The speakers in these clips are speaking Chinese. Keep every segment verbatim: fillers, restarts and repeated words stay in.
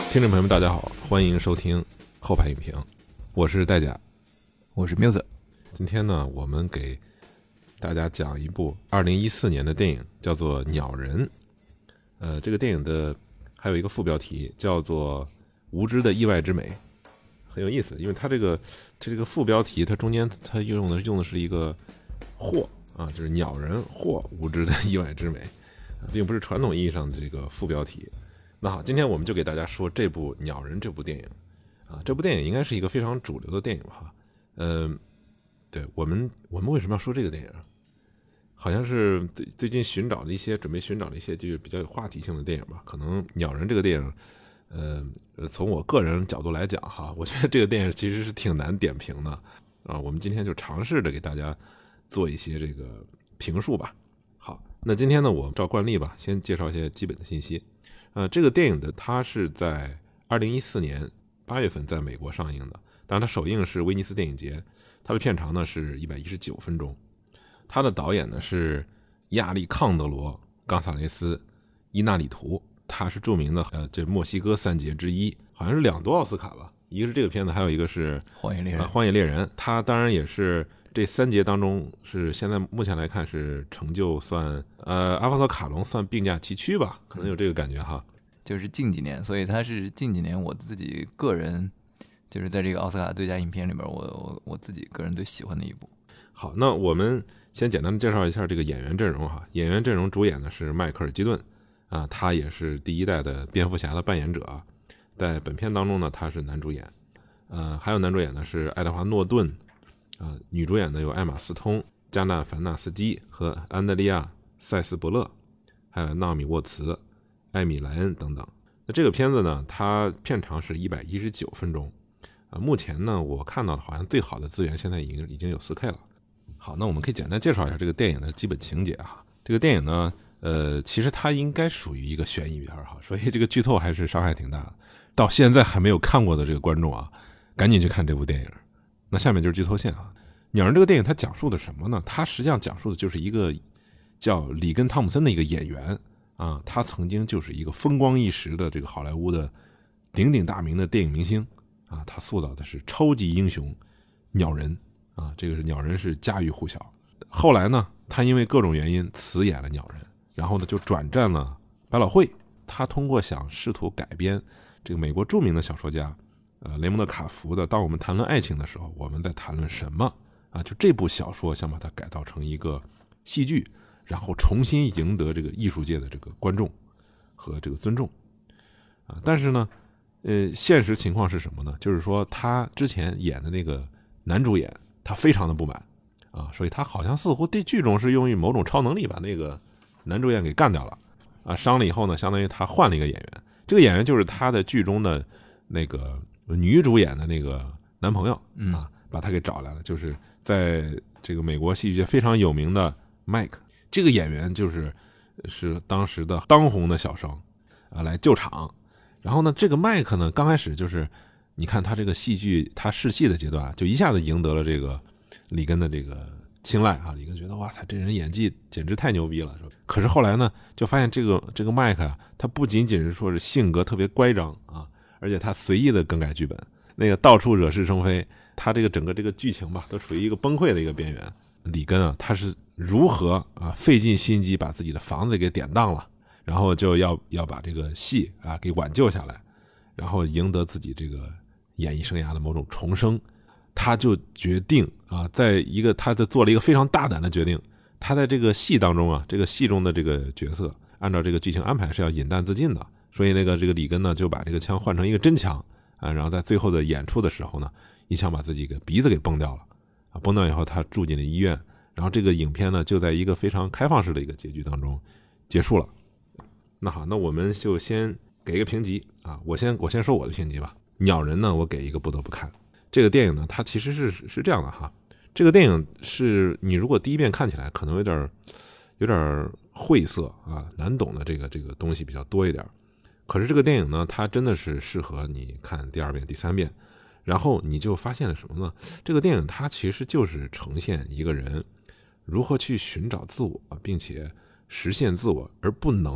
听众朋友们大家好，欢迎收听后排影评，我是戴甲， 我是 Muse。 今天呢我们给大家讲一部二零一四年的电影，叫做鸟人。呃，这个电影的还有一个副标题叫做无知的意外之美，很有意思，因为它这个这个副标题它中间它用的用的是一个或啊，就是鸟人或无知的意外之美，并不是传统意义上的这个副标题。那好，今天我们就给大家说这部《鸟人》这部电影啊，这部电影应该是一个非常主流的电影哈。呃，对我们我们为什么要说这个电影？好像是最最近寻找了一些准备寻找了一些就是比较有话题性的电影吧。可能《鸟人》这个电影，呃呃，从我个人角度来讲哈，我觉得这个电影其实是挺难点评的啊。我们今天就尝试着给大家做一些这个评述吧。好，那今天呢，我照惯例吧，先介绍一些基本的信息。呃，这个电影的它是在二零一四年八月份在美国上映的，当然它首映是威尼斯电影节，它的片长呢是一百一十九分钟。它的导演呢是亚历康德罗·冈萨雷斯·伊纳里图，他是著名的呃这墨西哥三杰之一，好像是两夺奥斯卡吧，一个是这个片子，还有一个是荒野猎人。 呃、荒野猎人，他当然也是这三杰当中是现在目前来看是成就算呃阿方索卡隆算并驾齐驱吧，可能有这个感觉哈。 就是近几年，所以他是近几年我自己个人就是在这个奥斯卡最佳影片里边，我我我自己个人最喜欢的一部。 好，那我们先简单的介绍一下这个演员阵容哈。演员阵容主演的是迈克尔基顿啊，他也是第一代的蝙蝠侠的扮演者啊，在本片当中呢他是男主演。呃，还有男主演呢是爱德华诺顿啊，女主演呢有艾玛斯通、加纳凡纳斯基和安德利亚塞斯伯勒，还有纳米沃茨、艾米莱恩等等。那这个片子呢，它片长是一百一十九分钟啊。目前呢，我看到的好像最好的资源现在已经已经有 四 K 了。好，那我们可以简单介绍一下这个电影的基本情节啊。这个电影呢，呃，其实它应该属于一个悬疑片哈，所以这个剧透还是伤害挺大的。到现在还没有看过的这个观众啊，赶紧去看这部电影。那下面就是剧透线啊。鸟人这个电影它讲述的什么呢？它实际上讲述的就是一个叫里根·汤姆森的一个演员啊，他曾经就是一个风光一时的这个好莱坞的鼎鼎大名的电影明星啊，他塑造的是超级英雄鸟人啊，这个是鸟人是家喻户晓。后来呢，他因为各种原因辞演了鸟人，然后呢就转战了百老汇。他通过想试图改编这个美国著名的小说家呃雷蒙德·卡福的《当我们谈论爱情的时候，我们在谈论什么》啊，就这部小说想把它改造成一个戏剧，然后重新赢得这个艺术界的这个观众和这个尊重啊。但是呢，呃，现实情况是什么呢？就是说他之前演的那个男主演，他非常的不满啊，所以他好像似乎对剧中是用某种超能力把那个男主演给干掉了啊。伤了以后呢，相当于他换了一个演员，这个演员就是他的剧中的那个女主演的那个男朋友啊，把他给找来了，就是在这个美国戏剧界非常有名的麦克。这个演员就是是当时的当红的小生啊，来救场。然后呢，这个麦克呢，刚开始就是你看他这个戏剧他试戏的阶段，就一下子赢得了这个里根的这个青睐啊。里根觉得哇塞，这人演技简直太牛逼了。可是后来呢，就发现这个这个麦克啊，他不仅仅是说是性格特别乖张啊，而且他随意的更改剧本，那个到处惹是生非，他这个整个这个剧情吧，都处于一个崩溃的一个边缘。里根啊，他是如何啊费尽心机把自己的房子给典当了，然后就要要把这个戏啊给挽救下来，然后赢得自己这个演艺生涯的某种重生。他就决定啊，在一个他就做了一个非常大胆的决定，他在这个戏当中啊，这个戏中的这个角色按照这个剧情安排是要引弹自尽的，所以那个这个里根呢就把这个枪换成一个真枪啊，然后在最后的演出的时候呢，一枪把自己给鼻子给崩掉了啊，崩掉以后他住进了医院，然后这个影片呢就在一个非常开放式的一个结局当中结束了。那好，那我们就先给一个评级啊，我先我先说我的评级吧。鸟人呢，我给一个不得不看。这个电影呢，它其实是是这样的哈，这个电影是你如果第一遍看起来可能有点有点晦涩啊，难懂的这个这个东西比较多一点，可是这个电影呢，它真的是适合你看第二遍、第三遍。然后你就发现了什么呢？这个电影它其实就是呈现一个人如何去寻找自我，并且实现自我，而不能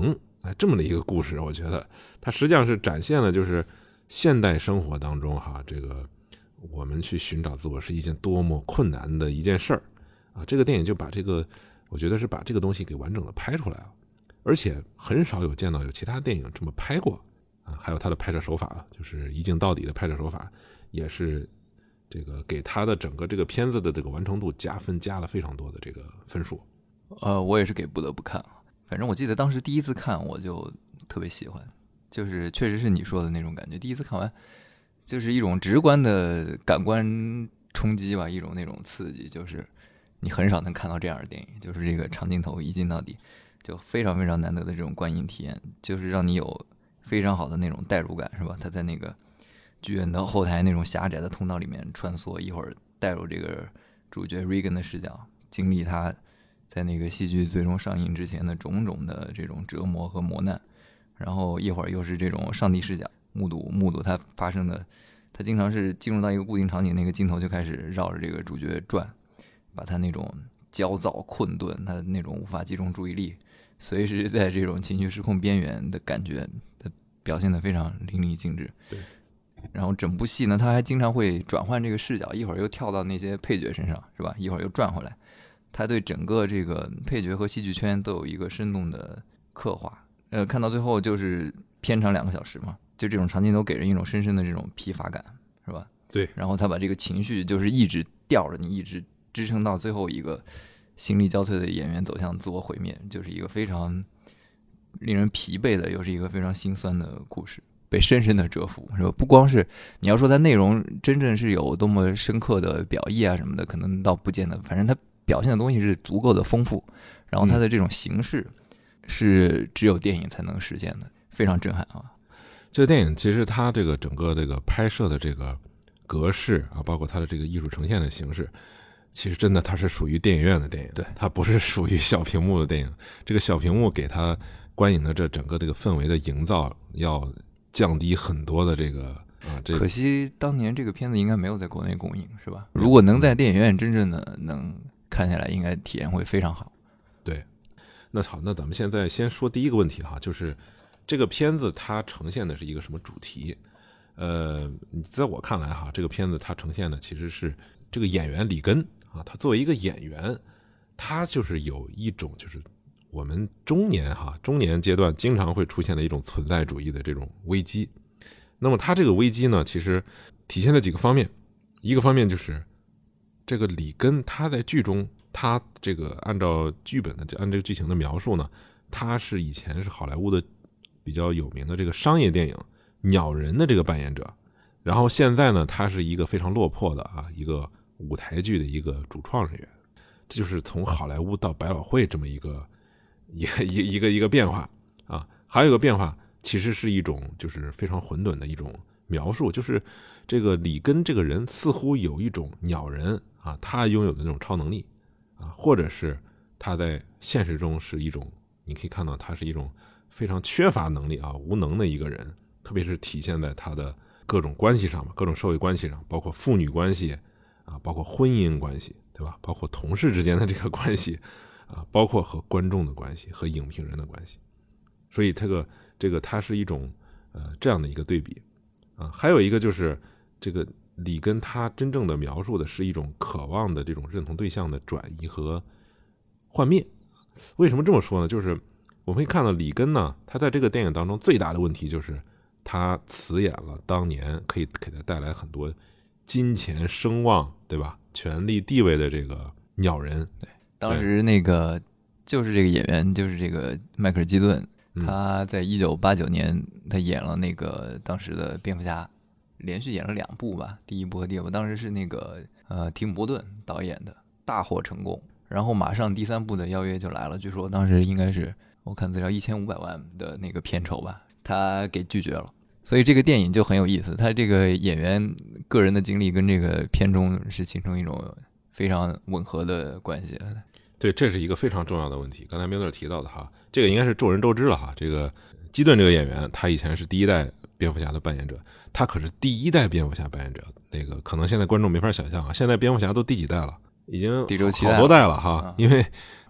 哎，这么的一个故事，我觉得它实际上是展现了就是现代生活当中哈，这个我们去寻找自我是一件多么困难的一件事儿啊。这个电影就把这个，我觉得是把这个东西给完整的拍出来了，而且很少有见到有其他电影这么拍过啊。还有它的拍摄手法了，就是一镜到底的拍摄手法，也是这个给他的整个这个片子的这个完成度加分加了非常多的这个分数。 呃，我也是给不得不看。反正我记得当时第一次看我就特别喜欢，就是确实是你说的那种感觉。第一次看完，就是一种直观的感官冲击吧，一种那种刺激，就是你很少能看到这样的电影，就是这个长镜头一镜到底，就非常非常难得的这种观影体验，就是让你有非常好的那种代入感，是吧？他在那个剧院的后台那种狭窄的通道里面穿梭，一会儿带入这个主角 Regan 的视角，经历他在那个戏剧最终上映之前的种种的这种折磨和磨难，然后一会儿又是这种上帝视角，目睹目睹他发生的，他经常是进入到一个固定场景，那个镜头就开始绕着这个主角转，把他那种焦躁困顿，他那种无法集中注意力，随时在这种情绪失控边缘的感觉，他表现得非常淋漓尽致。 对。 然后整部戏呢，他还经常会转换这个视角，一会儿又跳到那些配角身上，是吧？一会儿又转回来。他对整个这个配角和戏剧圈都有一个生动的刻画，呃，看到最后就是片长两个小时嘛，就这种长镜头给人一种深深的这种疲乏感，是吧？ 对。 然后他把这个情绪就是一直吊着你，一直支撑到最后一个心力交瘁的演员走向自我毁灭，就是一个非常令人疲惫的，又是一个非常心酸的故事，被深深的折服，是吧？不光是你要说它内容真正是有多么深刻的表意啊什么的，可能倒不见得，反正它表现的东西是足够的丰富，然后它的这种形式是只有电影才能实现的，非常震撼啊！ 这个电影其实它这个整个这个拍摄的这个格式啊，包括它的这个艺术呈现的形式，其实真的它是属于电影院的电影， 对， 它不是属于小屏幕的电影。这个小屏幕给它观影的这整个这个氛围的营造要降低很多的这个啊，这可惜当年这个片子应该没有在国内公映，是吧？如果能在电影院真正的能看下来，应该体验会非常好。 对，那好，那咱们现在先说第一个问题哈，就是这个片子它呈现的是一个什么主题？呃，在我看来哈，这个片子它呈现的其实是这个演员里根啊，他作为一个演员，他就是有一种就是我们中年哈中年阶段经常会出现的一种存在主义的这种危机。那么他这个危机呢，其实体现在几个方面，一个方面就是这个里根他在剧中，他这个按照剧本的按这个剧情的描述呢，他是以前是好莱坞的比较有名的这个商业电影鸟人的这个扮演者，然后现在呢，他是一个非常落魄的啊一个舞台剧的一个主创人员，这就是从好莱坞到百老汇这么一个一个一个一个一个变化啊。还有一个变化，其实是一种就是非常混沌的一种描述，就是这个里根这个人似乎有一种鸟人啊，他拥有的那种超能力啊，或者是他在现实中是一种，你可以看到他是一种非常缺乏能力啊、无能的一个人，特别是体现在他的各种关系上嘛，各种社会关系上，包括父女关系啊，包括婚姻关系，对吧？包括同事之间的这个关系啊，包括和观众的关系和影评人的关系，所以这个这个它是一种呃这样的一个对比啊。还有一个就是这个里根他真正的描述的是一种渴望的这种认同对象的转移和幻灭。为什么这么说呢？就是我们可以看到里根呢，他在这个电影当中最大的问题就是他辞演了当年可以给他带来很多金钱声望，对吧？权力地位的这个鸟人。 对，当时那个就是这个演员，就是这个迈克尔基顿，他在一九八九年他演了那个当时的蝙蝠侠，连续演了两部吧，第一部和第二部，当时是那个呃提姆波顿导演的，大获成功，然后马上第三部的邀约就来了，据说当时应该是我看资料一千五百万的那个片酬吧，他给拒绝了。所以这个电影就很有意思，他这个演员个人的经历跟这个片中是形成一种非常吻合的关系。 对，这是一个非常重要的问题。刚才米勒提到的哈，这个应该是众人周知了哈。这个基顿这个演员，他以前是第一代蝙蝠侠的扮演者，他可是第一代蝙蝠侠扮演者。那个可能现在观众没法想象啊，现在蝙蝠侠都第几代了？已经第六七代好多代了哈。因为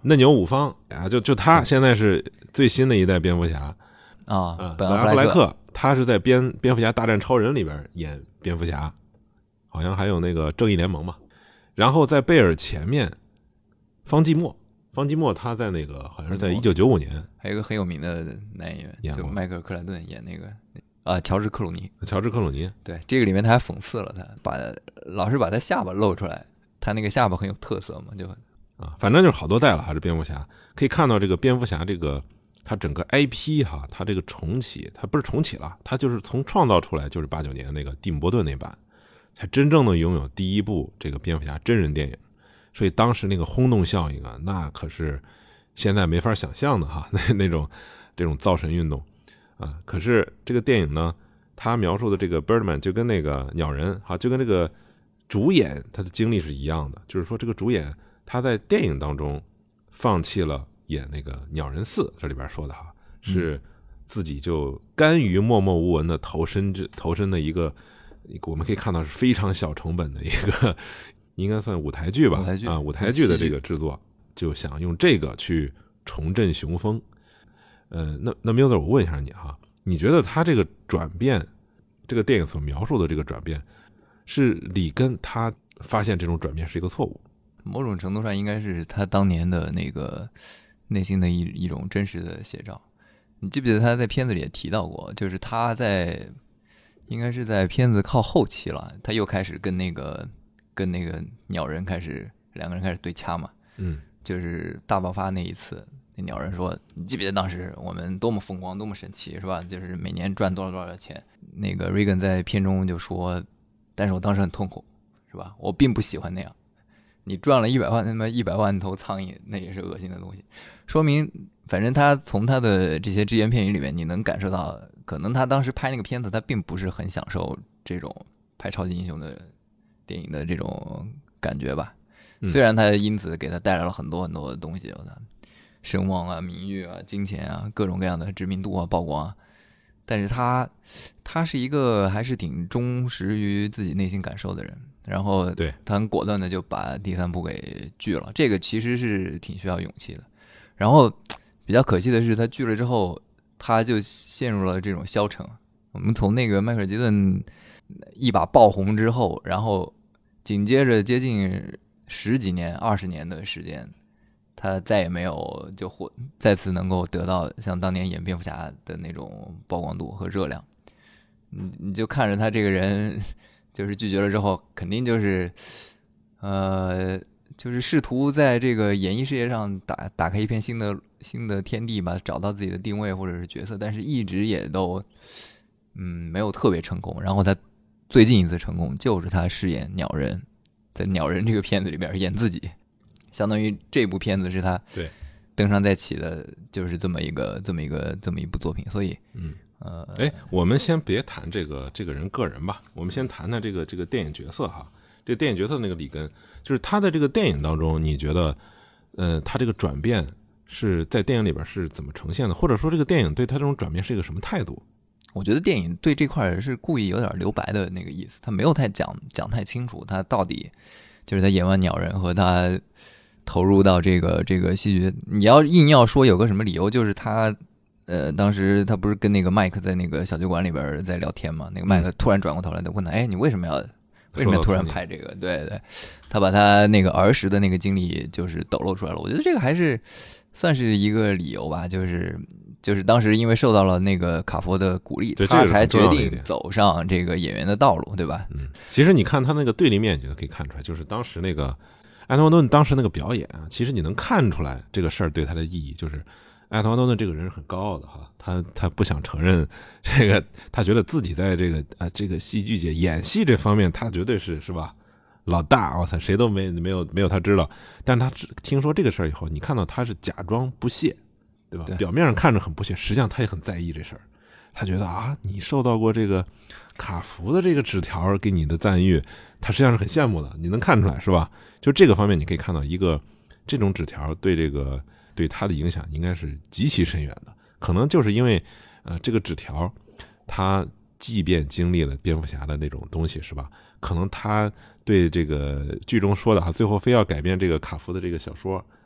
嫩牛五方啊，就就他现在是最新的一代蝙蝠侠啊， 啊， 本阿阿弗莱克， 他是在蝙蝙蝠侠大战超人里边演蝙蝠侠，好像还有那个正义联盟嘛。然后在贝尔前面，方季莫，方季莫他在那个好像是在一九九五年， 还有一个很有名的男演员，就迈克尔·克莱顿演那个啊，乔治·克鲁尼， 乔治·克鲁尼， 对，这个里面他还讽刺了他，把老是把他下巴露出来，他那个下巴很有特色嘛，就啊，反正就是好多代了，还是蝙蝠侠，可以看到这个蝙蝠侠这个他整个 I P 哈，他这个重启，他不是重启了，他就是从创造出来就是八九年那个蒂姆·伯顿那版，才真正的拥有第一部这个蝙蝠侠真人电影。所以当时那个轰动效应啊，那可是现在没法想象的哈，那那种这种造神运动啊。可是这个电影呢，他描述的这个 Birdman 就跟那个鸟人哈，就跟这个主演他的经历是一样的，就是说这个主演他在电影当中放弃了演那个鸟人四，这里边说的哈，是自己就甘于默默无闻的投身这投身的一个，我们可以看到是非常小成本的一个。应该算舞台剧吧， 舞台剧啊，舞台剧的这个制作，就想用这个去重振雄风。呃，那那 Miller， 我问一下你哈，你觉得他这个转变，这个电影所描述的这个转变，是里根他发现这种转变是一个错误？ 某种程度上应该是他当年的那个内心的一一种真实的写照。你记不记得他在片子里也提到过，就是他在应该是在片子靠后期了，他又开始跟那个。跟那个鸟人开始两个人开始对掐嘛， 嗯， 就是大爆发那一次，那鸟人说：“你记不记得当时我们多么风光，多么神奇，是吧？就是每年赚多少多少钱。”那个 Reagan 在片中就说：“但是我当时很痛苦，是吧？我并不喜欢那样。你赚了一百万，他妈一百万头苍蝇，那也是恶心的东西。”说明，反正他从他的这些只言片语里面，你能感受到，可能他当时拍那个片子，他并不是很享受这种拍超级英雄的。电影的这种感觉吧，虽然他因此给他带来了很多很多的东西，声望啊、名誉啊、金钱啊、各种各样的知名度啊、曝光啊，但是他他是一个还是挺忠实于自己内心感受的人，然后对他很果断的就把第三部给拒了，这个其实是挺需要勇气的。然后比较可惜的是，他拒了之后，他就陷入了这种消沉。我们从那个迈克尔·基顿一把爆红之后，然后紧接着接近十几年、二十年的时间，他再也没有就获再次能够得到像当年演蝙蝠侠的那种曝光度和热量。你你就看着他这个人，就是拒绝了之后，肯定就是呃，就是试图在这个演艺事业上打打开一片新的新的天地吧，找到自己的定位或者是角色，但是一直也都嗯没有特别成功。然后他最近一次成功就是他饰演鸟人，在鸟人这个片子里边演自己，相当于这部片子是他对登上再起的，就是这么一个这么一个这么一部作品。所以嗯呃， 哎，我们先别谈这个这个人个人吧，我们先谈谈这个这个电影角色哈。这个电影角色那个里根，就是他在这个电影当中，你觉得呃他这个转变是在电影里边是怎么呈现的，或者说这个电影对他这种转变是一个什么态度？ 我觉得电影对这块是故意有点留白的那个意思，他没有太讲讲太清楚，他到底就是他演完鸟人和他投入到这个这个戏剧，你要硬要说有个什么理由，就是他呃当时他不是跟那个麦克在那个小酒馆里边在聊天嘛，那个麦克突然转过头来就问他，哎，你为什么要为什么要突然拍这个？对对，他把他那个儿时的那个经历就是抖露出来了，我觉得这个还是算是一个理由吧，就是。就是当时因为受到了那个卡佛的鼓励，他才决定走上这个演员的道路，对吧？ 嗯，其实你看他那个对立面，你就可以看出来，就是当时那个艾德华顿当时那个表演啊，其实你能看出来这个事儿对他的意义，就是艾德华顿这个人是很高傲的哈，他他不想承认这个，他觉得自己在这个啊这个戏剧界演戏这方面，他绝对是是吧老大，我操，谁都没没有没有他知道，但是他听说这个事儿以后，你看到他是假装不屑。对吧？ 对， 表面上看着很不屑，实际上他也很在意这事儿。他觉得啊，你受到过这个卡福的这个纸条给你的赞誉，他实际上是很羡慕的。你能看出来是吧？就这个方面，你可以看到一个这种纸条对这个对他的影响应该是极其深远的。可能就是因为呃这个纸条，他即便经历了蝙蝠侠的那种东西是吧？可能他对这个剧中说的哈，最后非要改变这个卡福的这个小说。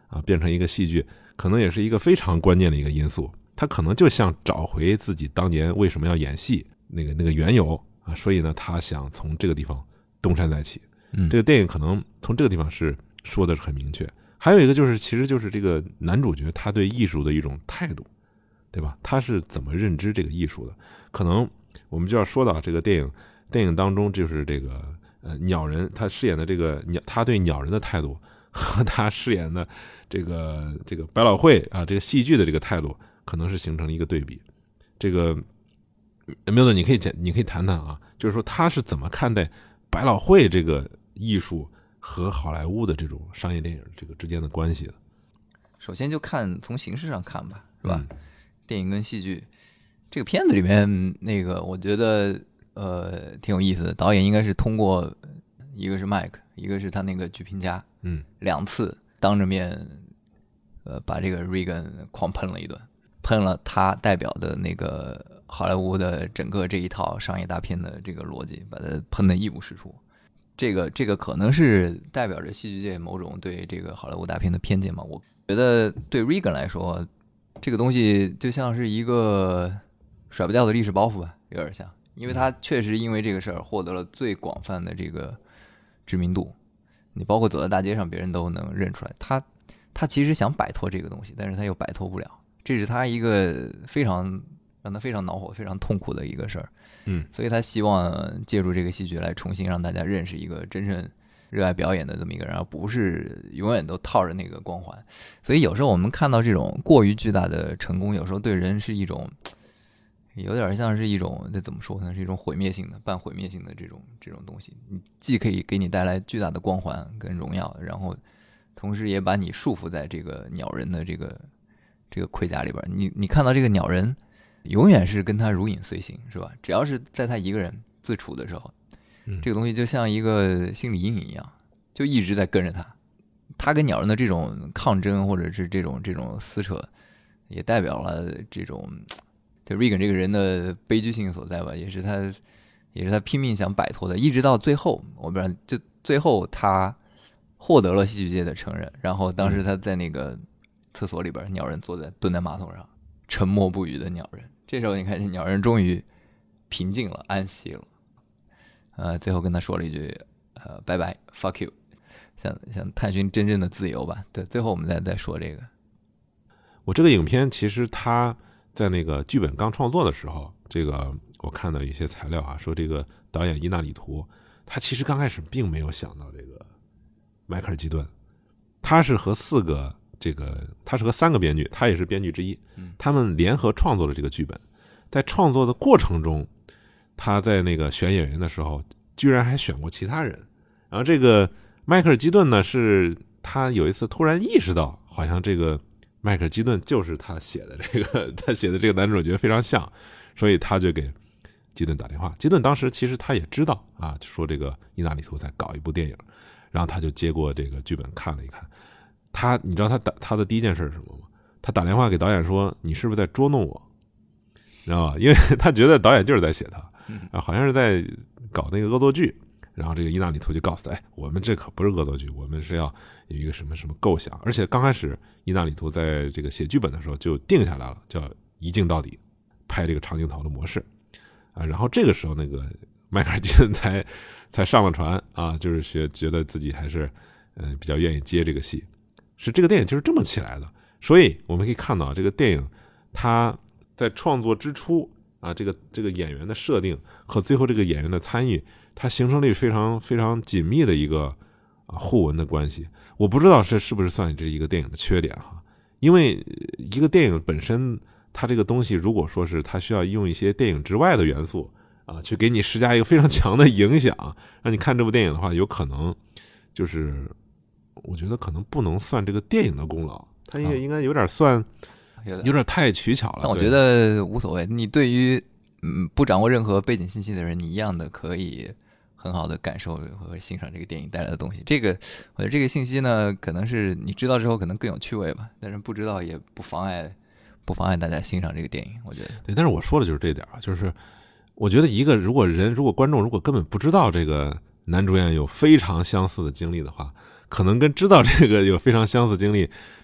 啊变成一个戏剧，可能也是一个非常关键的一个因素。他可能就想找回自己当年为什么要演戏那个那个缘由啊，所以呢，他想从这个地方东山再起。 嗯， 这个电影可能从这个地方是说的是很明确。还有一个就是，其实就是这个男主角他对艺术的一种态度，对吧？他是怎么认知这个艺术的？可能我们就要说到这个电影，电影当中就是这个呃鸟人他饰演的这个鸟，他对鸟人的态度和他饰演的这个这个百老汇啊这个戏剧的这个态度，可能是形成了一个对比。这个苗总，你可以讲，你可以谈谈啊，就是说他是怎么看待百老汇这个艺术和好莱坞的这种商业电影这个之间的关系的？ 首先就看从形式上看吧，是吧？ 嗯、 电影跟戏剧，这个片子里面那个，我觉得呃挺有意思的。导演应该是通过一个是麦克，一个是他那个剧评家， 嗯， 两次当着面，呃，把这个 Reagan 狂喷了一顿，喷了他代表的那个好莱坞的整个这一套商业大片的这个逻辑，把它喷得一无是处。这个这个可能是代表着戏剧界某种对这个好莱坞大片的偏见嘛？我觉得对 Reagan 来说，这个东西就像是一个甩不掉的历史包袱吧，有点像，因为他确实因为这个事儿获得了最广泛的这个知名度，你包括走在大街上，别人都能认出来。他他其实想摆脱这个东西，但是他又摆脱不了，这是他一个非常让他非常恼火、非常痛苦的一个事儿。 嗯， 所以他希望借助这个戏剧来重新让大家认识一个真正热爱表演的这么一个人，而不是永远都套着那个光环。所以有时候我们看到这种过于巨大的成功，有时候对人是一种有点像是一种这怎么说呢？是一种毁灭性的、半毁灭性的这种这种东西。你既可以给你带来巨大的光环跟荣耀，然后同时也把你束缚在这个鸟人的这个这个盔甲里边。你你看到这个鸟人，永远是跟他如影随形，是吧？只要是在他一个人自处的时候， 嗯， 这个东西就像一个心理阴影一样，就一直在跟着他。他跟鸟人的这种抗争，或者是这种这种撕扯，也代表了这种对 Reagan 这个人的悲剧性所在吧，也是他也是他拼命想摆脱的，一直到最后，我不知道，就最后他获得了戏剧界的承认，然后当时他在那个厕所里边，鸟人坐在蹲在马桶上，沉默不语的鸟人。这时候你看，这鸟人终于平静了，安息了。呃，最后跟他说了一句：“呃，拜拜 ，fuck you。”想想探寻真正的自由吧。对，最后我们再再说这个。 我这个影片其实它在那个剧本刚创作的时候，这个我看到一些材料啊，说这个导演伊纳里图，他其实刚开始并没有想到这个迈克尔基顿，他是和四个。这个他是和三个编剧，他也是编剧之一，他们联合创作了这个剧本。在创作的过程中，他在那个选演员的时候，居然还选过其他人。然后这个迈克尔基顿呢，是他有一次突然意识到，好像这个迈克尔基顿就是他写的这个他写的这个男主角非常像，所以他就给基顿打电话。基顿当时其实他也知道啊，说这个伊纳里图在搞一部电影，然后他就接过这个剧本看了一看。他，你知道他打他的第一件事是什么吗？他打电话给导演说：“你是不是在捉弄我？”你知道吧？因为他觉得导演就是在写他，啊，好像是在搞那个恶作剧。然后这个伊纳里图就告诉他：“哎，我们这可不是恶作剧，我们是要有一个什么什么构想。而且刚开始伊纳里图在这个写剧本的时候就定下来了，叫一镜到底，拍这个长镜头的模式啊。然后这个时候那个迈克尔基顿才才上了船啊，就是学觉得自己还是嗯、呃、比较愿意接这个戏。”是这个电影就是这么起来的，所以我们可以看到这个电影，它在创作之初啊，这个这个演员的设定和最后这个演员的参与，它形成了非常非常紧密的一个啊互文的关系。我不知道这是不是算这一个电影的缺点哈，因为一个电影本身，它这个东西如果说是它需要用一些电影之外的元素啊，去给你施加一个非常强的影响，让你看这部电影的话，有可能就是。我觉得可能不能算这个电影的功劳，它也应该有点算，有点太取巧了。 但我觉得无所谓，你对于嗯不掌握任何背景信息的人，你一样的可以很好的感受和欣赏这个电影带来的东西。这个我觉得这个信息呢，可能是你知道之后可能更有趣味吧，但是不知道也不妨碍不妨碍大家欣赏这个电影。我觉得对，但是我说的就是这点啊，就是我觉得一个如果人如果观众如果根本不知道这个男主演有非常相似的经历的话。可能跟知道这个有非常相似经历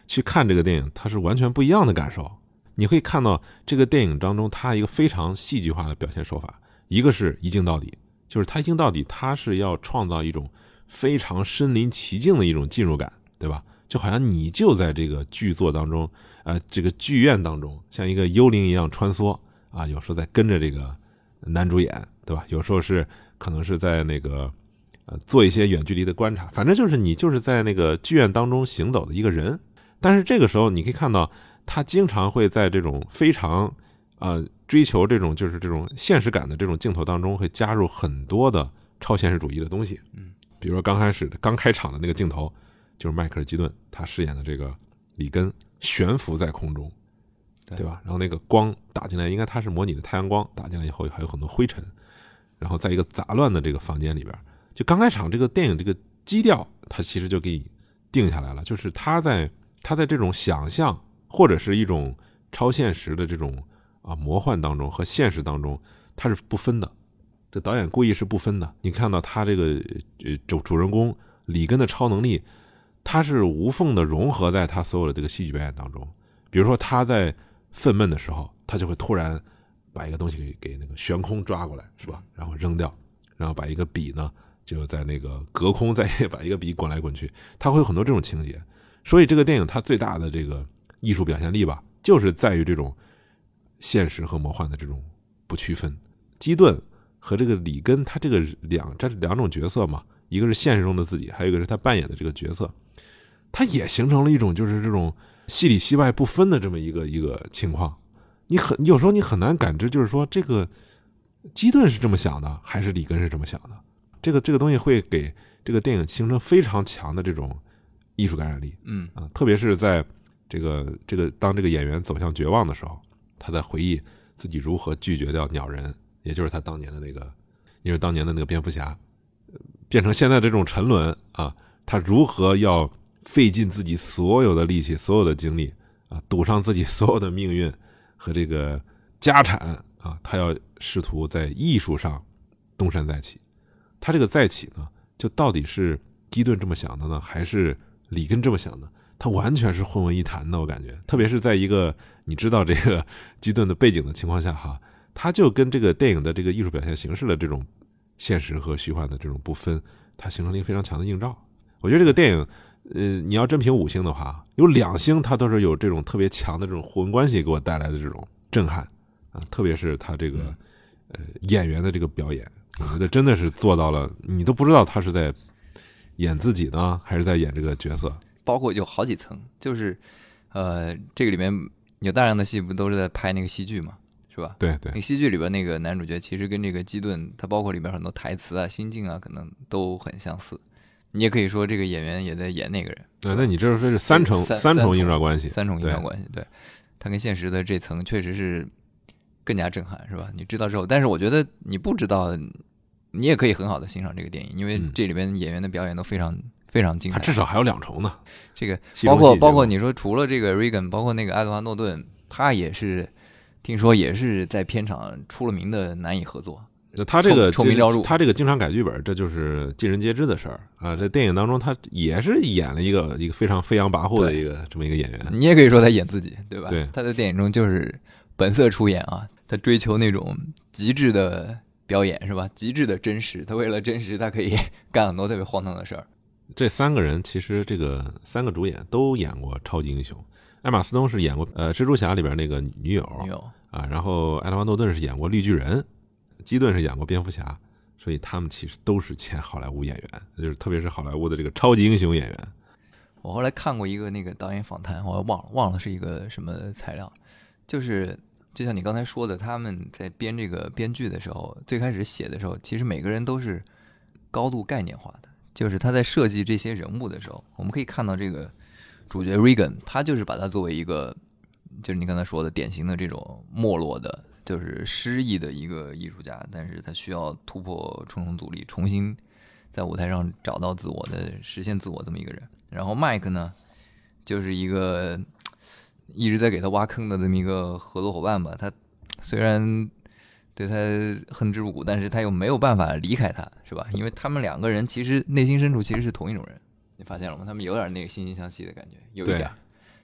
去看这个电影，它是完全不一样的感受。你会看到这个电影当中它一个非常戏剧化的表现手法，一个是一镜到底，就是它一镜到底，它是要创造一种非常身临其境的一种进入感，对吧？就好像你就在这个剧作当中，呃，这个剧院当中，像一个幽灵一样穿梭啊，有时候在跟着这个男主演，对吧？有时候是可能是在那个呃做一些远距离的观察，反正就是你就是在那个剧院当中行走的一个人。但是这个时候你可以看到，他经常会在这种非常呃追求这种就是这种现实感的这种镜头当中，会加入很多的超现实主义的东西。 嗯， 比如说刚开始刚开场的那个镜头，就是迈克尔基顿他饰演的这个里根悬浮在空中，对, 对吧？然后那个光打进来，应该它是模拟的太阳光打进来以后，还有很多灰尘，然后在一个杂乱的这个房间里边，就刚开场这个电影这个基调，它其实就给你定下来了，就是他在他在这种想象或者是一种超现实的这种啊魔幻当中和现实当中，它是不分的。这导演故意是不分的。你看到他这个呃主主人公里根的超能力，他是无缝的融合在他所有的这个戏剧表演当中。比如说他在愤懑的时候，他就会突然把一个东西给给那个悬空抓过来，是吧？然后扔掉，然后把一个笔呢就在那个隔空再把一个笔滚来滚去，他会有很多这种情节。所以这个电影它最大的这个艺术表现力吧，就是在于这种现实和魔幻的这种不区分。基顿和这个里根，他这个两这两种角色嘛，一个是现实中的自己，还有一个是他扮演的这个角色，他也形成了一种就是这种戏里戏外不分的这么一个一个情况。你很有时候你很难感知，就是说这个基顿是这么想的，还是里根是这么想的。这个这个东西会给这个电影形成非常强的这种艺术感染力。 嗯啊，特别是在这个这个当这个演员走向绝望的时候，他在回忆自己如何拒绝掉鸟人，也就是他当年的那个，因为当年的那个蝙蝠侠变成现在这种沉沦啊，他如何要费尽自己所有的力气、所有的精力啊，赌上自己所有的命运和这个家产啊，他要试图在艺术上东山再起。他这个再起呢，就到底是基顿这么想的呢，还是里根这么想的？他完全是混为一谈的，我感觉。特别是在一个你知道这个基顿的背景的情况下哈，他就跟这个电影的这个艺术表现形式的这种现实和虚幻的这种不分，它形成了一个非常强的映照。我觉得这个电影，呃，你要真评五星的话，有两星它都是有这种特别强的这种互文关系给我带来的这种震撼啊，特别是他这个呃演员的这个表演，我觉得真的是做到了，你都不知道他是在演自己呢，还是在演这个角色。 包括有好几层，就是呃，这个里面有大量的戏不都是在拍那个戏剧嘛，是吧？ 对对那个戏剧里边那个男主角其实跟这个基顿，他包括里边很多台词啊、心境啊，可能都很相似。你也可以说这个演员也在演那个人。 对，那你这说是三重三三重映照关系， 三重映照关系，对，他跟现实的这层确实是更加震撼，是吧？你知道之后，但是我觉得你不知道，你也可以很好的欣赏这个电影，因为这里边演员的表演都非常非常精彩。 他至少还有两重呢。 这个包括包括你说除了这个 Reagan， 包括那个爱德华诺顿，他也是听说也是在片场出了名的难以合作。 他这个臭名昭著， 他这个经常改剧本，这就是尽人皆知的事儿啊。这电影当中，他也是演了一个一个非常飞扬跋扈的一个这么一个演员。 你也可以说他演自己，对吧？ 对， 他在电影中就是本色出演啊，他追求那种极致的表演，是吧？极致的真实，他为了真实，他可以干很多特别荒唐的事儿。 这三个人其实这个三个主演都演过超级英雄。艾玛斯通是演过呃蜘蛛侠里边那个女友， 女友啊，然后爱德华诺顿是演过绿巨人。基顿是演过蝙蝠侠，所以他们其实都是前好莱坞演员，就是特别是好莱坞的这个超级英雄演员。 我后来看过一个那个导演访谈，我忘了忘了是一个什么材料，就是就像你刚才说的，他们在编这个编剧的时候，最开始写的时候，其实每个人都是高度概念化的，就是他在设计这些人物的时候，我们可以看到这个主角 Reagan， 他就是把他作为一个，就是你刚才说的典型的这种没落的。就是失意的一个艺术家，但是他需要突破重重阻力，重新在舞台上找到自我的实现自我这么一个人。然后麦克呢，就是一个一直在给他挖坑的这么一个合作伙伴吧。他虽然对他恨之入骨，但是他又没有办法离开他，是吧？因为他们两个人其实内心深处其实是同一种人，你发现了吗？他们有点那个惺惺相惜的感觉，有一点。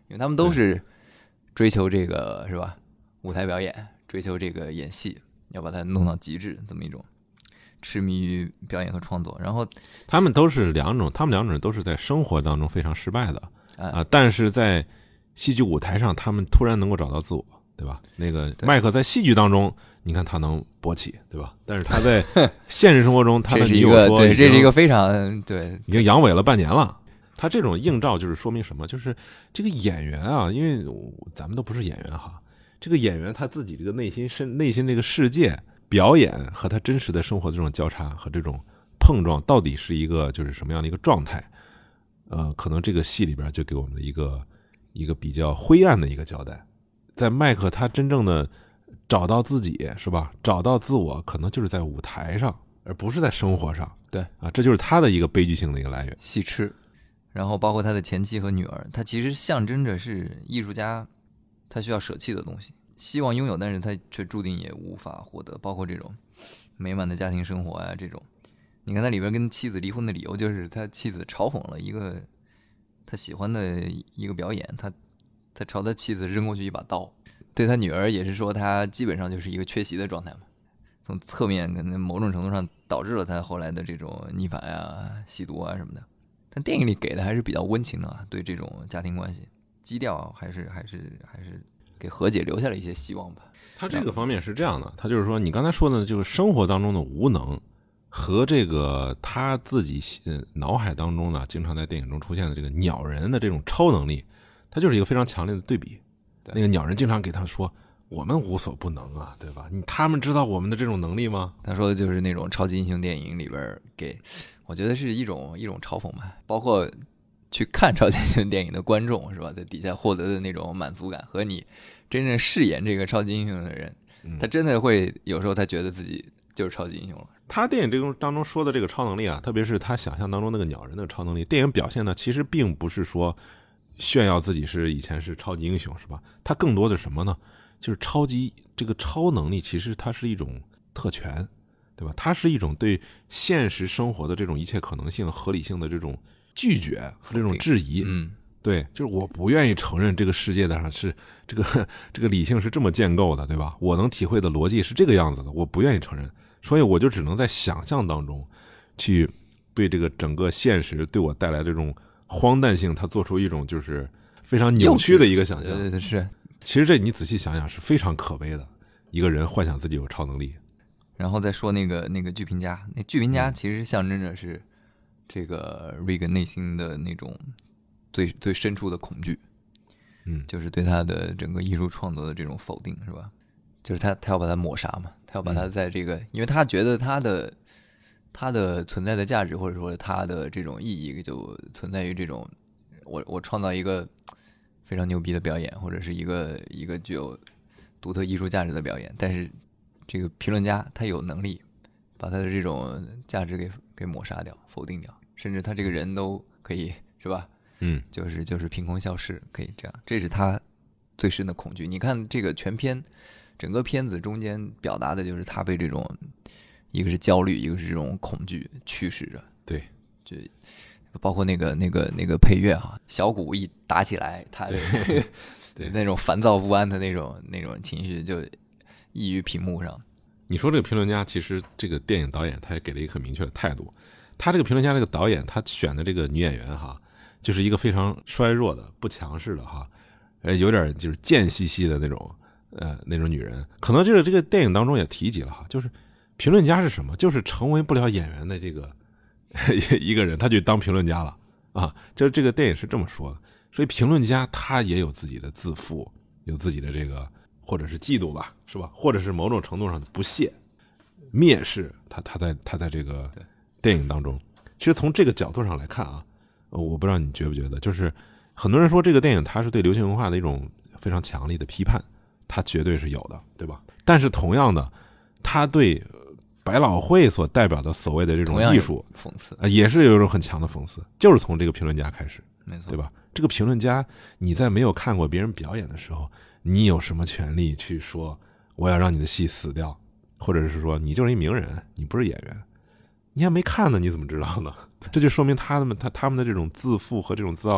因为他们都是追求这个是吧？舞台表演，追求这个演戏，要把它弄到极致，这么一种痴迷于表演和创作。然后他们都是两种，他们两种人都是在生活当中非常失败的啊、 哎， 但是在戏剧舞台上，他们突然能够找到自我，对吧？那个麦克在戏剧当中，你看他能勃起，对吧？但是他在现实生活中，他的这是一个对， 女友说已经这是一个非常对已经阳痿了半年了。他这种映照就是说明什么？就是这个演员啊，因为咱们都不是演员哈，这个演员他自己这个内心深内心这个世界表演和他真实的生活这种交叉和这种碰撞，到底是一个就是什么样的一个状态？呃，可能这个戏里边就给我们的一个一个比较灰暗的一个交代。在麦克他真正的找到自己是吧？找到自我，可能就是在舞台上，而不是在生活上。 对啊，这就是他的一个悲剧性的一个来源。 戏痴。然后包括他的前妻和女儿，他其实象征着是艺术家他需要舍弃的东西，希望拥有，但是他却注定也无法获得。包括这种美满的家庭生活啊，这种你看他里边跟妻子离婚的理由就是他妻子嘲讽了一个他喜欢的一个表演，他他朝他妻子扔过去一把刀。对他女儿也是说他基本上就是一个缺席的状态嘛，从侧面可能某种程度上导致了他后来的这种逆反啊、吸毒啊什么的。但电影里给的还是比较温情的啊，对这种家庭关系基调还是还是还是给和解留下了一些希望吧。 他这个方面是这样的，他就是说你刚才说的就是生活当中的无能和这个他自己脑海当中呢经常在电影中出现的这个鸟人的这种超能力，它就是一个非常强烈的对比。那个鸟人经常给他说我们无所不能啊，对吧？你他们知道我们的这种能力吗？ 他说的就是那种超级英雄电影里边给，我觉得是一种一种嘲讽吧。包括去看超级英雄电影的观众是吧，在底下获得的那种满足感，和你真正饰演这个超级英雄的人，他真的会有时候他觉得自己就是超级英雄了。 他电影这个当中说的这个超能力啊，特别是他想象当中那个鸟人的超能力，电影表现呢，其实并不是说炫耀自己是以前是超级英雄，是吧？他更多的什么呢？就是超级这个超能力，其实它是一种特权，对吧？它是一种对现实生活的这种一切可能性、合理性的这种拒绝和这种质疑。 嗯， 对，就是我不愿意承认这个世界上是这个这个理性是这么建构的，对吧？我能体会的逻辑是这个样子的，我不愿意承认，所以我就只能在想象当中去对这个整个现实对我带来这种荒诞性，它做出一种就是非常扭曲的一个想象。 对对对，是。 其实这你仔细想想是非常可悲的，一个人幻想自己有超能力。 然后再说那个那个剧评家，那剧评家其实象征着是这个瑞根内心的那种最最深处的恐惧， 嗯， 就是对他的整个艺术创作的这种否定，是吧？就是他他要把它抹杀嘛，他要把它在这个，嗯、因为他觉得他的他的存在的价值，或者说他的这种意义，就存在于这种我我创造一个非常牛逼的表演，或者是一个一个具有独特艺术价值的表演，但是这个评论家他有能力把他的这种价值给给抹杀掉、否定掉，甚至他这个人都可以是吧？ 嗯， 就是就是凭空消失，可以这样，这是他最深的恐惧。你看这个全片，整个片子中间表达的就是他被这种一个是焦虑，一个是这种恐惧驱使着。 对， 就包括那个那个那个配乐哈，小鼓一打起来，他的对那种烦躁不安的那种那种情绪就溢于屏幕上。 你说这个评论家，其实这个电影导演他也给了一个很明确的态度。他这个评论家这个导演，他选的这个女演员哈，就是一个非常衰弱的、不强势的哈，呃，有点就是贱兮兮的那种呃那种女人。可能这个这个电影当中也提及了哈，就是评论家是什么？就是成为不了演员的这个一个人，他就当评论家了啊。就是这个电影是这么说的。所以评论家他也有自己的自负，有自己的这个或者是嫉妒吧，是吧？或者是某种程度上的不屑、蔑视他，他在他在这个电影当中，其实从这个角度上来看啊，我不知道你觉不觉得，就是很多人说这个电影它是对流行文化的一种非常强烈的批判，它绝对是有的，对吧？但是同样的，它对百老汇所代表的所谓的这种艺术讽刺啊，也是有一种很强的讽刺，就是从这个评论家开始， 没错， 对吧？这个评论家，你在没有看过别人表演的时候，你有什么权利去说我要让你的戏死掉，或者是说你就是一名人，你不是演员，你还没看呢，你怎么知道呢？这就说明他们他他们的这种自负和这种自傲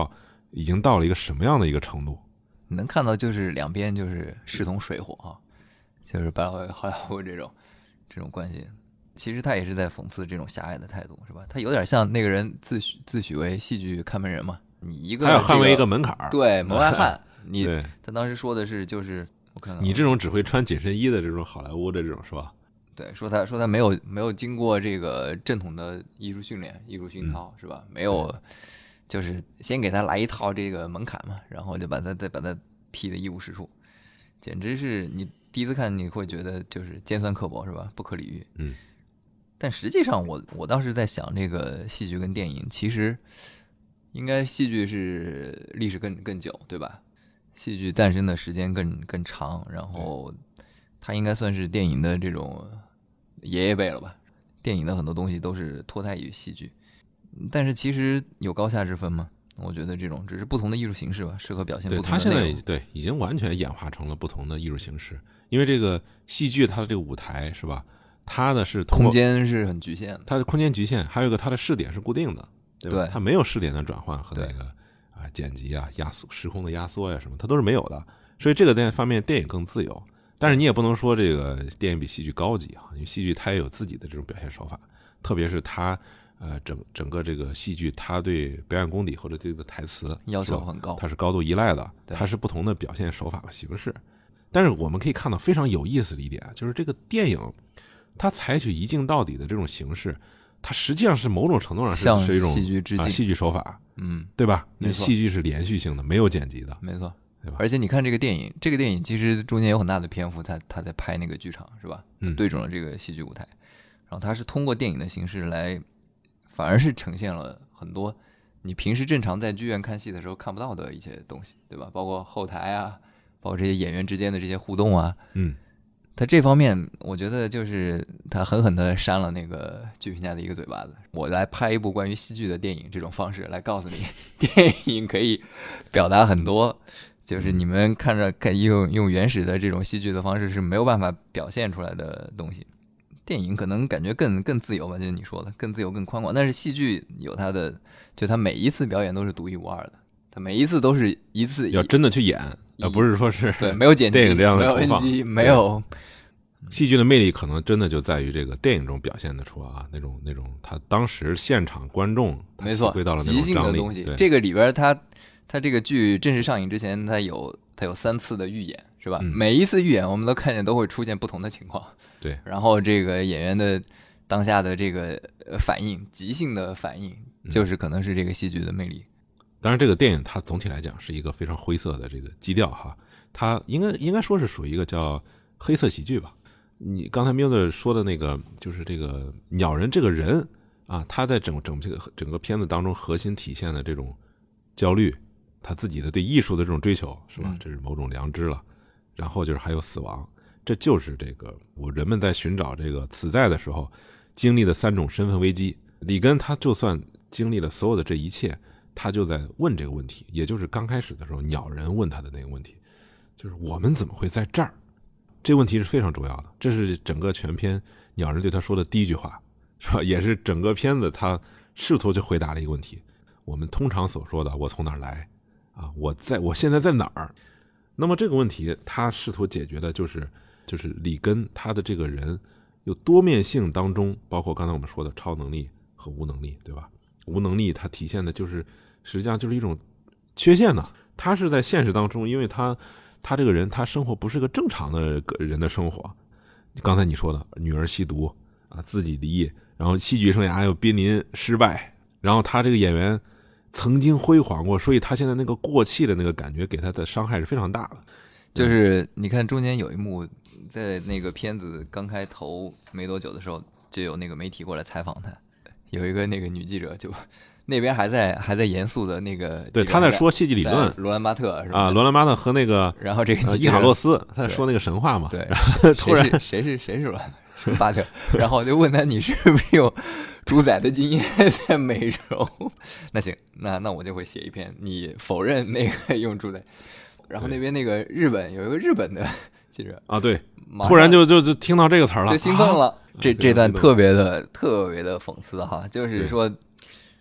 已经到了一个什么样的一个程度？ 你能看到就是两边就是势同水火啊，就是百老汇好莱坞这种这种关系。其实他也是在讽刺这种狭隘的态度，是吧？他有点像那个人自诩自诩为戏剧看门人嘛，你一个、 他要这个、 捍卫一个门槛儿， 对门外汉。你对他当时说的是就是我看看你这种只会穿紧身衣的这种好莱坞的这种是吧？ 对，说他说他没有没有经过这个正统的艺术训练、艺术熏陶、嗯、是吧？没有，就是先给他来一套这个门槛嘛，然后就把他再把他批得一无是处，简直是你第一次看你会觉得就是尖酸刻薄是吧？不可理喻。 嗯， 但实际上我我倒是在想，这个戏剧跟电影其实应该戏剧是历史更更久，对吧？戏剧诞生的时间更更长，然后它应该算是电影的这种爷爷辈了吧？电影的很多东西都是脱胎于戏剧，但是其实有高下之分吗？我觉得这种只是不同的艺术形式吧，适合表现不同的内容。 对，它现在对已经完全演化成了不同的艺术形式，因为这个戏剧它的这个舞台是吧？它的是空间是很局限的， 它的空间局限，还有一个它的视点是固定的，对吧？ 对， 它没有视点的转换和那个啊剪辑啊、压缩时空的压缩呀、啊、什么，它都是没有的。所以这个电方面电影更自由，但是你也不能说这个电影比戏剧高级啊，因为戏剧它也有自己的这种表现手法，特别是它呃整整个这个戏剧它对表演功底或者这个台词要求很高， 它是高度依赖的，它是不同的表现手法和形式。但是我们可以看到非常有意思的一点，就是这个电影它采取一镜到底的这种形式，它实际上是某种程度上是是一种戏剧致敬、 啊、戏剧手法， 嗯， 对吧？因为戏剧是连续性的，没有剪辑的， 没错， 对吧？ 而且你看这个电影，这个电影其实中间有很大的篇幅，他他在拍那个剧场，是吧？ 嗯， 对准了这个戏剧舞台，然后他是通过电影的形式来，反而是呈现了很多你平时正常在剧院看戏的时候看不到的一些东西，对吧？包括后台啊，包括这些演员之间的这些互动啊， 嗯。 他这方面我觉得就是他狠狠地扇了那个剧评家的一个嘴巴子。我来拍一部关于戏剧的电影，这种方式来告诉你，电影可以表达很多，就是你们看着看用用原始的这种戏剧的方式是没有办法表现出来的东西。电影可能感觉更更自由吧，就是你说的更自由更宽广，但是戏剧有它的，就它每一次表演都是独一无二的，它每一次都是一次要真的去演，而不是说是对没有剪辑电影这样的没有 N G 没有。 戏剧的魅力可能真的就在于这个电影中表现得出啊，那种那种他当时现场观众没错， 回到了那即兴种张力的东西。这个里边他他这个剧正式上映之前，他有他有三次的预演，是吧？ 嗯、 每一次预演我们都看见都会出现不同的情况， 对。 然后这个演员的当下的这个反应，即兴的反应，就是可能是这个戏剧的魅力。 嗯、当然，这个电影它总体来讲是一个非常灰色的这个基调哈，它应该应该说是属于一个叫黑色喜剧吧。你刚才 Miller 说的那个，就是这个鸟人这个人啊，他在整整这个整个片子当中核心体现的这种焦虑，他自己的对艺术的这种追求，是吧？这是某种良知了。然后就是还有死亡，这就是这个我人们在寻找这个此在的时候经历的三种身份危机。里根他就算经历了所有的这一切，他就在问这个问题，也就是刚开始的时候鸟人问他的那个问题，就是我们怎么会在这儿？这个问题是非常重要的，这是整个全篇鸟人对他说的第一句话，是吧？也是整个片子他试图去回答的一个问题。我们通常所说的我从哪儿来啊，我在我现在在哪儿？那么这个问题他试图解决的就是就是里根他的这个人有多面性当中，包括刚才我们说的超能力和无能力，对吧？无能力它体现的就是实际上就是一种缺陷呢。他是在现实当中，因为他他这个人他生活不是个正常的人的生活。刚才你说的女儿吸毒啊，自己离异，然后戏剧生涯又濒临失败，然后他这个演员曾经辉煌过，所以他现在那个过气的那个感觉给他的伤害是非常大的。 就是你看中间有一幕，在那个片子刚开头没多久的时候，就有那个媒体过来采访他，有一个那个女记者就那边还在还在严肃的那个， 对，他在说戏剧理论， 罗兰巴特是吧？ 啊，罗兰巴特和那个， 然后这个伊卡洛斯，他在说那个神话嘛， 对， 然后突然谁是谁是罗兰巴特，然后就问他你是不是有主宰的经验在美洲？那行，那那我就会写一篇你否认那个用主宰。然后那边那个日本有一个日本的记者啊，对，突然就就就听到这个词儿了， 就兴奋了。 啊、 这这段特别的特别的讽刺哈，就是说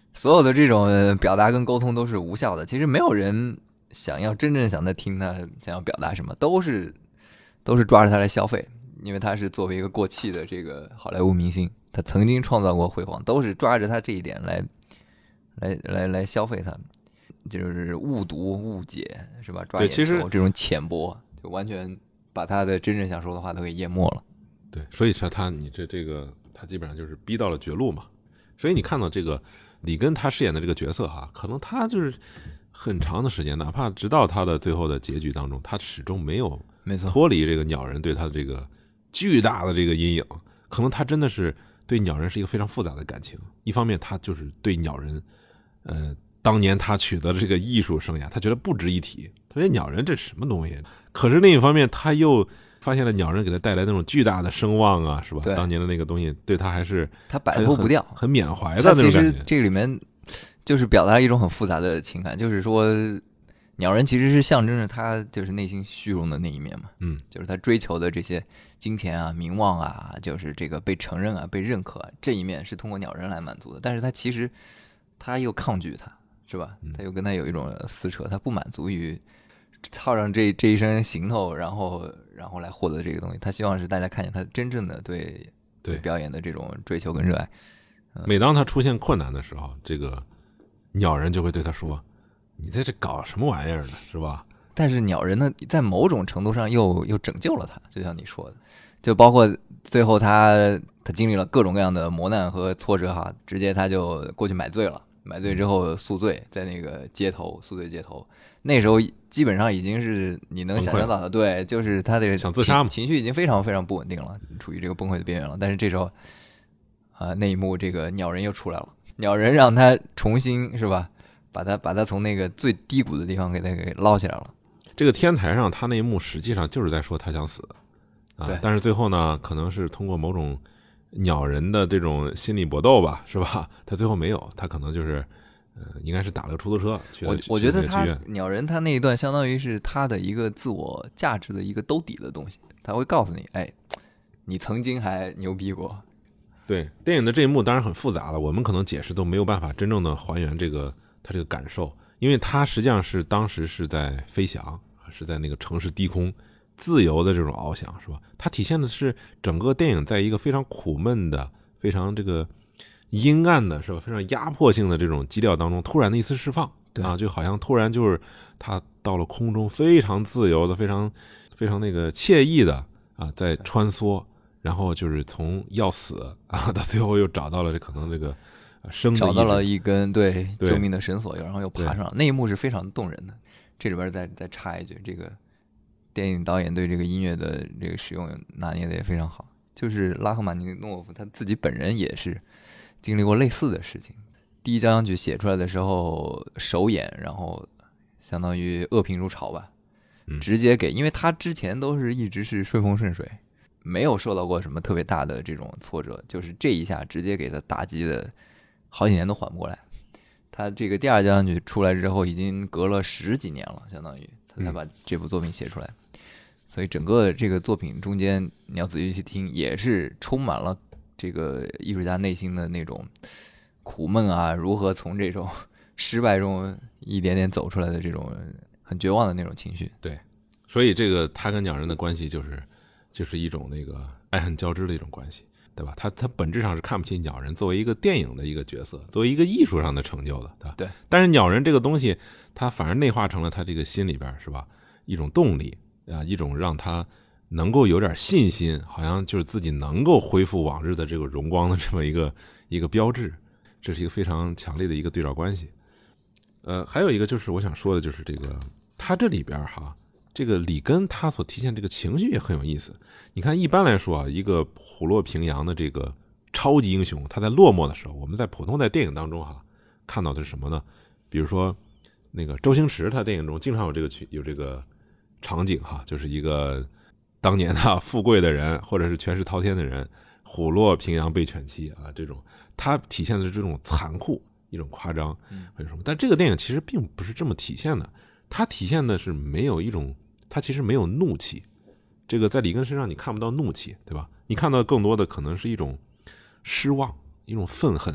所有的这种表达跟沟通都是无效的。其实没有人想要真正想在听他想要表达什么，都是都是抓着他来消费，因为他是作为一个过气的这个好莱坞明星，他曾经创造过辉煌，都是抓着他这一点来来来来消费他，就是误读误解是吧？抓眼球这种浅薄，就完全把他的真正想说的话都给淹没了。 对，所以说他你这这个他基本上就是逼到了绝路嘛。所以你看到这个里根他饰演的这个角色哈，可能他就是很长的时间，哪怕直到他的最后的结局当中，他始终没有没错脱离这个鸟人对他的这个巨大的这个阴影。可能他真的是对鸟人是一个非常复杂的感情。一方面他就是对鸟人，呃，当年他取得的这个艺术生涯，他觉得不值一提，他觉得鸟人这是什么东西。可是另一方面他又发现了鸟人给他带来那种巨大的声望啊，是吧？当年的那个东西对他还是他摆脱不掉， 很缅怀的那种感觉。 其实这个里面就是表达了一种很复杂的情感，就是说鸟人其实是象征着他就是内心虚荣的那一面嘛， 嗯， 就是他追求的这些金钱啊、名望啊，就是这个被承认啊、被认可啊，这一面是通过鸟人来满足的。但是他其实他又抗拒他，是吧？他又跟他有一种撕扯，他不满足于套上这这一身行头，然后然后来获得这个东西。他希望是大家看见他真正的对对表演的这种追求跟热爱。 嗯、每当他出现困难的时候，这个鸟人就会对他说：“你在这搞什么玩意儿呢？是吧？” 但是鸟人呢，在某种程度上又又拯救了他，就像你说的，就包括最后他他经历了各种各样的磨难和挫折哈，直接他就过去买醉了，买醉之后宿醉，在那个街头宿醉街头，那时候基本上已经是你能想象到的，对，就是他的想自杀嘛， 情绪已经非常非常不稳定了，处于这个崩溃的边缘了。但是这时候啊、呃，那一幕这个鸟人又出来了，鸟人让他重新是吧，把他把他从那个最低谷的地方给他给捞起来了。 这个天台上他那一幕实际上就是在说他想死啊，但是最后呢，可能是通过某种鸟人的这种心理搏斗吧，是吧？他最后没有，他可能就是呃，应该是打了个出租车去了。 我我觉得他鸟人他那一段相当于是他的一个自我价值的一个兜底的东西，他会告诉你，哎，你曾经还牛逼过。 对，电影的这一幕当然很复杂了，我们可能解释都没有办法真正的还原这个他这个感受，因为他实际上是当时是在飞翔。是在那个城市低空自由的这种翱翔，是吧？它体现的是整个电影在一个非常苦闷的、非常这个阴暗的，是吧？非常压迫性的这种基调当中，突然的一次释放，啊，就好像突然就是他到了空中，非常自由的、非常非常那个惬意的啊，在穿梭，然后就是从要死啊，到最后又找到了这可能这个生的找到了一根对救命的绳索，然后又爬上，那一幕是非常动人的。这里边再再插一句，这个电影导演对这个音乐的这个使用拿捏的也非常好。就是拉赫玛尼诺夫他自己本人也是经历过类似的事情。第一交响曲写出来的时候首演，然后相当于恶评如潮吧，直接给，因为他之前都是一直是顺风顺水，没有受到过什么特别大的这种挫折，就是这一下直接给他打击的，好几年都缓不过来。他这个第二交响曲出来之后，已经隔了十几年了，相当于他才把这部作品写出来。嗯、所以整个这个作品中间，你要仔细去听，也是充满了这个艺术家内心的那种苦闷啊，如何从这种失败中一点点走出来的这种很绝望的那种情绪。 对，所以这个他跟鸟人的关系就是就是一种那个爱恨交织的一种关系。对吧？他他本质上是看不起鸟人作为一个电影的一个角色，作为一个艺术上的成就的，对吧？ 对。 但是鸟人这个东西，他反而内化成了他这个心里边，是吧？一种动力啊，一种让他能够有点信心，好像就是自己能够恢复往日的这个荣光的这么一个一个标志。这是一个非常强烈的一个对照关系。呃，还有一个就是我想说的，就是这个他这里边哈。这个里根他所体现这个情绪也很有意思。你看，一般来说啊，一个虎落平阳的这个超级英雄，他在落寞的时候，我们在普通在电影当中哈看到的是什么呢？比如说那个周星驰，他电影中经常有这个有这个场景哈，就是一个当年的富贵的人，或者是权势滔天的人，虎落平阳被犬欺啊，这种他体现的是这种残酷、一种夸张，为什么？但这个电影其实并不是这么体现的。它体现的是没有一种，它其实没有怒气，这个在里根身上你看不到怒气，对吧？你看到更多的可能是一种失望，一种愤恨，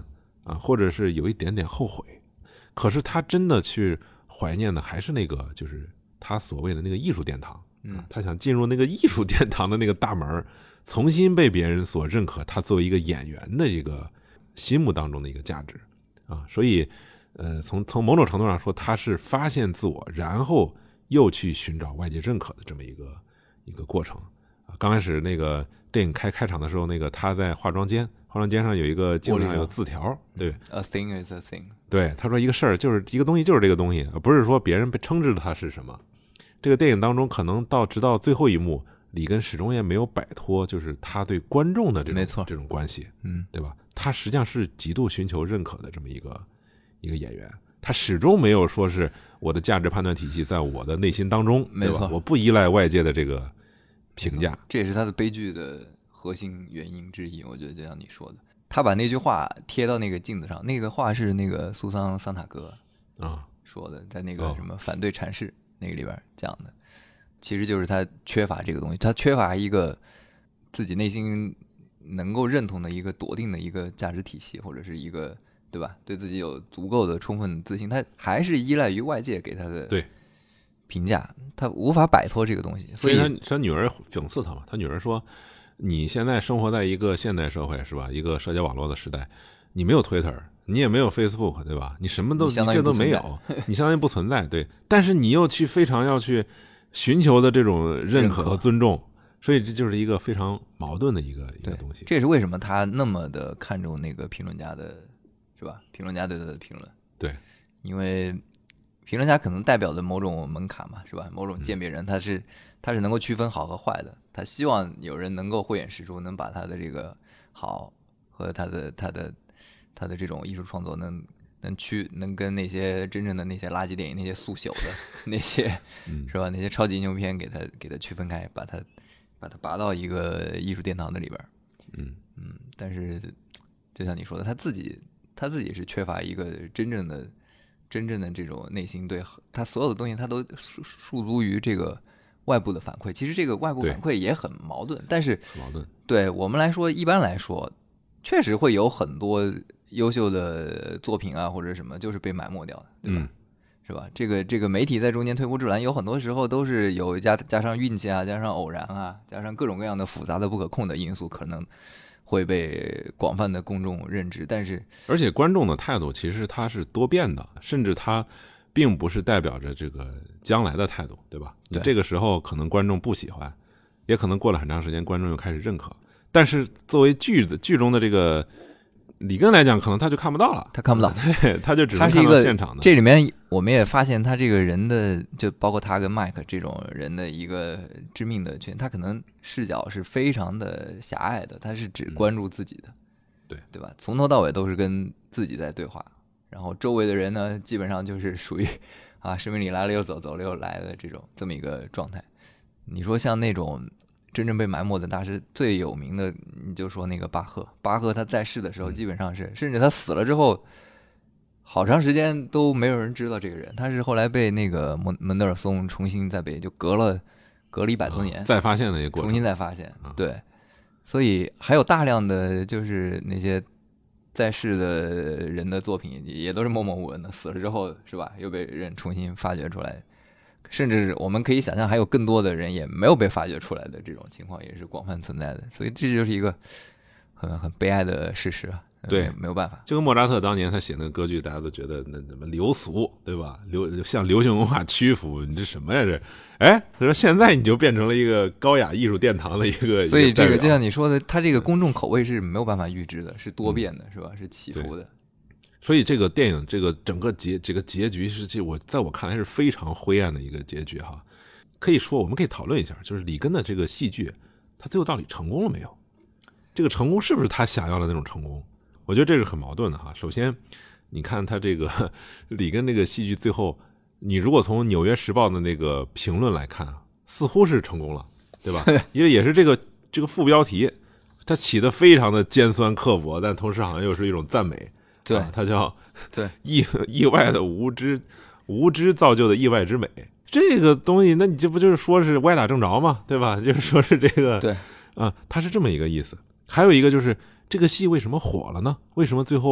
啊，或者是有一点点后悔，可是他真的去怀念的还是那个，就是他所谓的那个艺术殿堂。 嗯， 他想进入那个艺术殿堂的那个大门，重新被别人所认可，他作为一个演员的一个心目当中的一个价值啊，所以，呃，从从某种程度上说，他是发现自我，然后又去寻找外界认可的这么一个一个过程啊。刚开始那个电影开开场的时候，那个他在化妆间，化妆间上有一个镜子上有字条，对 ，A thing is a thing， 对，他说一个事儿就是一个东西就是这个东西，不是说别人被称之它是什么。这个电影当中，可能到直到最后一幕，里根始终也没有摆脱，就是他对观众的这种没错这种关系， 嗯， 对吧？他实际上是极度寻求认可的这么一个一个演员，他始终没有说是我的价值判断体系在我的内心当中， 没错， 我不依赖外界的这个评价， 这也是他的悲剧的核心原因之一。我觉得就像你说的，他把那句话贴到那个镜子上，那个话是那个苏桑桑塔格啊说的，在那个什么反对阐释。那个里边讲的，其实就是他缺乏这个东西，他缺乏一个自己内心能够认同的一个笃定的一个价值体系，或者是一个对吧？对自己有足够的充分自信，他还是依赖于外界给他的对评价，他无法摆脱这个东西。所以他他女儿讽刺他嘛，他女儿说：“你现在生活在一个现代社会是吧？一个社交网络的时代，你没有 Twitter。”你也没有 Facebook 对吧？你什么都你这都没有，你相当于不存在。对，但是你又去非常要去寻求的这种认可和尊重，所以这就是一个非常矛盾的一个一个东西。 这也是为什么他那么的看重那个评论家的，是吧？评论家对他的评论， 对， 因为评论家可能代表的某种门槛嘛，是吧？某种鉴别人，他是他是能够区分好和坏的，他希望有人能够慧眼识珠，能把他的这个好和他的他的。他的这种艺术创作能能去能跟那些真正的那些垃圾电影、那些速朽的那些、 嗯、 是吧？那些超级英雄片给他给他区分开，把他把他拔到一个艺术殿堂的里边。 嗯嗯，但是就像你说的，他自己他自己是缺乏一个真正的真正的这种内心对他所有的东西，他都诉诉诸于这个外部的反馈。其实这个外部反馈也很矛盾，但是矛盾对我们来说，一般来说，确实会有很多。优秀的作品啊，或者什么，就是被埋没掉的，对吧？ 嗯、 是吧？这个这个媒体在中间推波助澜，有很多时候都是有加加上运气啊，加上偶然啊，加上各种各样的复杂的不可控的因素，可能会被广泛的公众认知。但是， 而且观众的态度其实它是多变的，甚至它并不是代表着这个将来的态度，对吧？ 对， 这个时候可能观众不喜欢，也可能过了很长时间，观众又开始认可。但是作为剧的剧中的这个。里根来讲，可能他就看不到了， 他看不到， 对，他就只能看到现场的。 这里面我们也发现，他这个人的，就包括他跟麦克这种人的一个致命的缺点，他可能视角是非常的狭隘的，他是只关注自己的， 嗯、对对吧？从头到尾都是跟自己在对话，然后周围的人呢，基本上就是属于啊，生命里来了又走，走了又来的这种这么一个状态。你说像那种。真正被埋没的大师最有名的，你就说那个巴赫。巴赫他在世的时候，基本上是，甚至他死了之后，好长时间都没有人知道这个人。他是后来被那个门门德尔松重新再被就隔了隔了一百多年、 啊、再发现的一个过程， 重新再发现。 啊、 对，所以还有大量的就是那些在世的人的作品，也都是默默无闻的，死了之后是吧，又被人重新发掘出来。甚至我们可以想象，还有更多的人也没有被发掘出来的这种情况，也是广泛存在的。所以这就是一个很很悲哀的事实啊。 对， 没有办法。 就跟莫扎特当年他写那个歌剧，大家都觉得那怎么流俗，对吧？流向流行文化屈服，你这什么呀这？哎，他说现在你就变成了一个高雅艺术殿堂的一个。 所以这个就像你说的，他这个公众口味是没有办法预知的，是多变的，嗯、是吧？是起伏的。 所以这个电影这个整个结这个结局是，其实我在我看来是非常灰暗的一个结局哈。可以说，我们可以讨论一下，就是里根的这个戏剧，他最后到底成功了没有？这个成功是不是他想要的那种成功？我觉得这是很矛盾的哈。首先，你看他这个里根这个戏剧最后，你如果从《纽约时报》的那个评论来看，似乎是成功了，对吧？因为也是这个这个副标题，它起得非常的尖酸刻薄，但同时好像又是一种赞美。 对， 啊、它叫对意意外的无知，无知造就的意外之美。这个东西，那你这不就是说是歪打正着吗？对吧？就是说是这个， 对啊，它是这么一个意思。还有一个就是这个戏为什么火了呢？为什么最后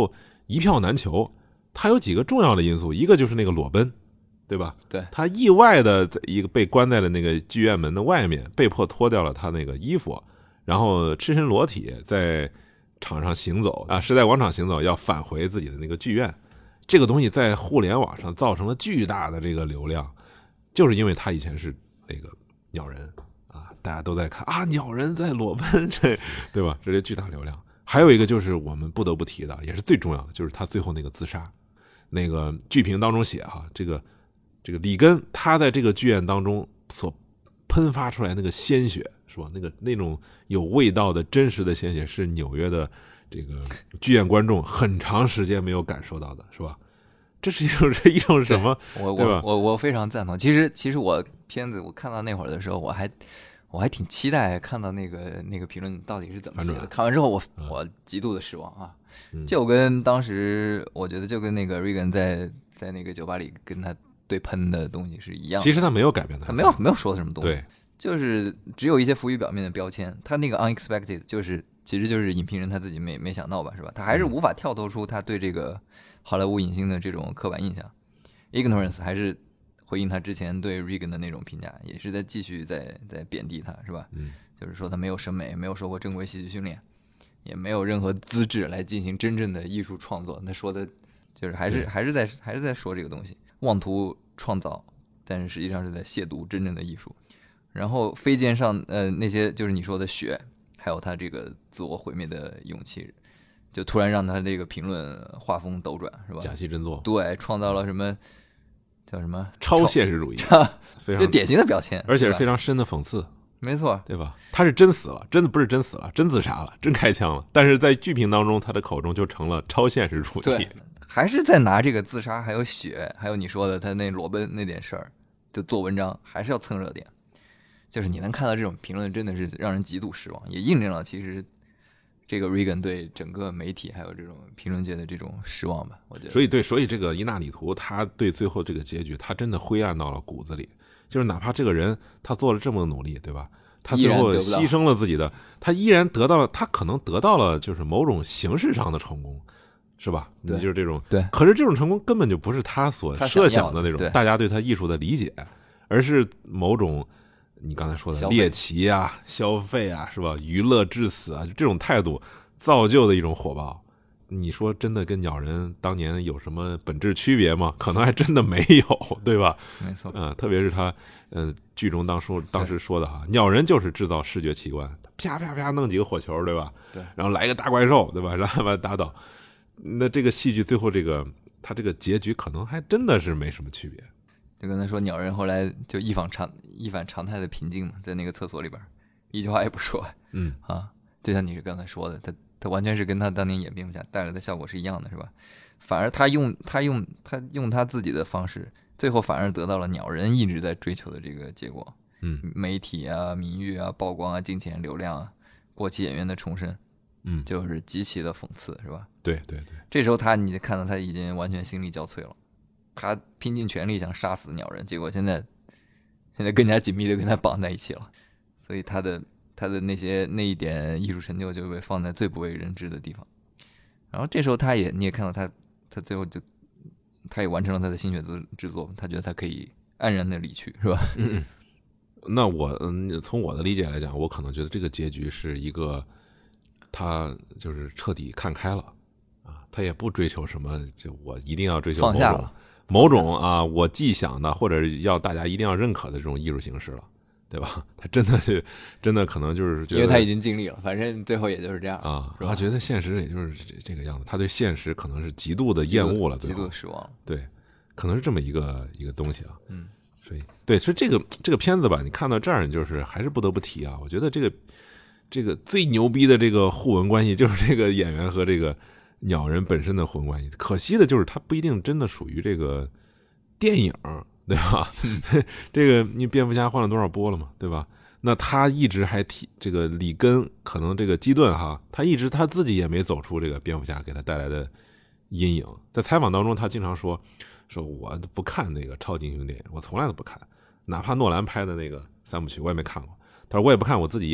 一票难求，他有几个重要的因素，一个就是那个裸奔，对吧？ 对， 他意外的一个被关在了那个剧院门的外面，被迫脱掉了他那个衣服，然后赤身裸体在场上行走啊，时代广场行走，要返回自己的那个剧院。这个东西在互联网上造成了巨大的这个流量，就是因为他以前是那个鸟人啊，大家都在看啊，鸟人在裸奔，这对吧？这是巨大流量。还有一个就是我们不得不提的，也是最重要的，就是他最后那个自杀。那个剧评当中写哈，这个这个里根他在这个剧院当中所喷发出来那个鲜血，是吧？那个那种有味道的真实的鲜血，是纽约的这个剧院观众很长时间没有感受到的，是吧？这是一种是一种什么？ 我对吧我我我非常赞同。其实其实我片子我看到那会儿的时候，我还我还挺期待看到那个那个评论到底是怎么写的。 反转看完之后我， 嗯我极度的失望啊！ 嗯就跟当时我觉得就跟那个 Reagan 在在那个酒吧里跟他对喷的东西是一样的。 其实他没有改变他， 他没有没有说什么东西， 对， 就是只有一些浮于表面的标签。他那个 unexpected 就是其实就是影评人他自己没没想到吧，是吧？他还是无法跳脱出他对这个好莱坞影星的这种刻板印象。Ignorance 还是回应他之前对 Reagan 的那种评价，也是在继续在在贬低他，是吧？ 嗯， 就是说他没有审美，没有受过正规戏剧训练，也没有任何资质来进行真正的艺术创作。他说的就是还是对还是在还是在说这个东西，妄图创造，但是实际上是在亵渎真正的艺术。然后飞剑上呃那些就是你说的血，还有他这个自我毁灭的勇气，就突然让他这个评论画风斗转，是吧？ 假戏真做， 对，创造了什么叫什么超现实主义，非常这典型的表现， 而且是对吧非常深的讽刺， 没错， 对吧？他是真死了，真的不是真死了，真自杀了，真开枪了。但是在剧评当中，他的口中就成了超现实主义对。，还是在拿这个自杀，还有血，还有你说的他那裸奔那点事儿，就做文章，还是要蹭热点。就是你能看到这种评论，真的是让人极度失望，也印证了其实这个 Reagan 对整个媒体还有这种评论界的这种失望吧。我觉得， 所以对，所以这个伊纳里图他对最后这个结局，他真的灰暗到了骨子里。就是哪怕这个人他做了这么努力，对吧？他最后牺牲了自己的，他依然得到了，他可能得到了就是某种形式上的成功，是吧？ 对， 就是这种。 对。 可是这种成功根本就不是他所设想的那种， 对大家对他艺术的理解，而是某种你刚才说的猎奇啊、消费啊，是吧？娱乐至死啊，就这种态度造就的一种火爆。你说真的跟鸟人当年有什么本质区别吗？可能还真的没有，对吧？ 没错， 嗯、呃，特别是他，嗯、呃，剧中当初当时说的哈，鸟人就是制造视觉奇观，啪啪啪弄几个火球，对吧？ 对， 然后来一个大怪兽，对吧？然后把它打倒。那这个戏剧最后这个他这个结局可能还真的是没什么区别。 就跟他说，鸟人后来就一反常一反常态的平静嘛，在那个厕所里边，一句话也不说。 嗯啊，就像你是刚才说的，他。他完全是跟他当年演蝙蝠侠带来的效果是一样的，是吧？反而他用他用他用他自己的方式，最后反而得到了鸟人一直在追求的这个结果。 嗯， 媒体啊、名誉啊、曝光啊、金钱、流量啊、过气演员的重生， 嗯， 就是极其的讽刺，是吧？ 对对对。 这时候他，你看到他已经完全心力交瘁了，他拼尽全力想杀死鸟人，结果现在现在更加紧密的跟他绑在一起了，所以他的。他的那些那一点艺术成就就被放在最不为人知的地方，然后这时候他也你也看到他，他最后就他也完成了他的心血之之作，他觉得他可以安然的离去，是吧？ 嗯，那我嗯，从我的理解来讲，我可能觉得这个结局是一个他就是彻底看开了啊，他也不追求什么，就我一定要追求某种放下了某种啊，我既想的或者要大家一定要认可的这种艺术形式了。对吧？他真的是，真的可能就是觉得， 因为他已经尽力了，反正最后也就是这样啊。他觉得现实也就是这这个样子，他对现实可能是极度的厌恶了， 极度失望。 对，可能是这么一个一个东西啊。 嗯， 所以对，所以这个这个片子吧，你看到这儿，你就是还是不得不提啊。我觉得这个这个最牛逼的这个互文关系，就是这个演员和这个鸟人本身的互文关系。可惜的就是，它不一定真的属于这个电影。对吧？这个你蝙蝠侠换了多少波了嘛？对吧？那他一直还提这个里根，可能这个基顿哈，他一直他自己也没走出这个蝙蝠侠给他带来的阴影。在采访当中，他经常说：“说我不看那个超级英雄电影，我从来都不看，哪怕诺兰拍的那个三部曲我也没看过。他说我也不看我自己演的，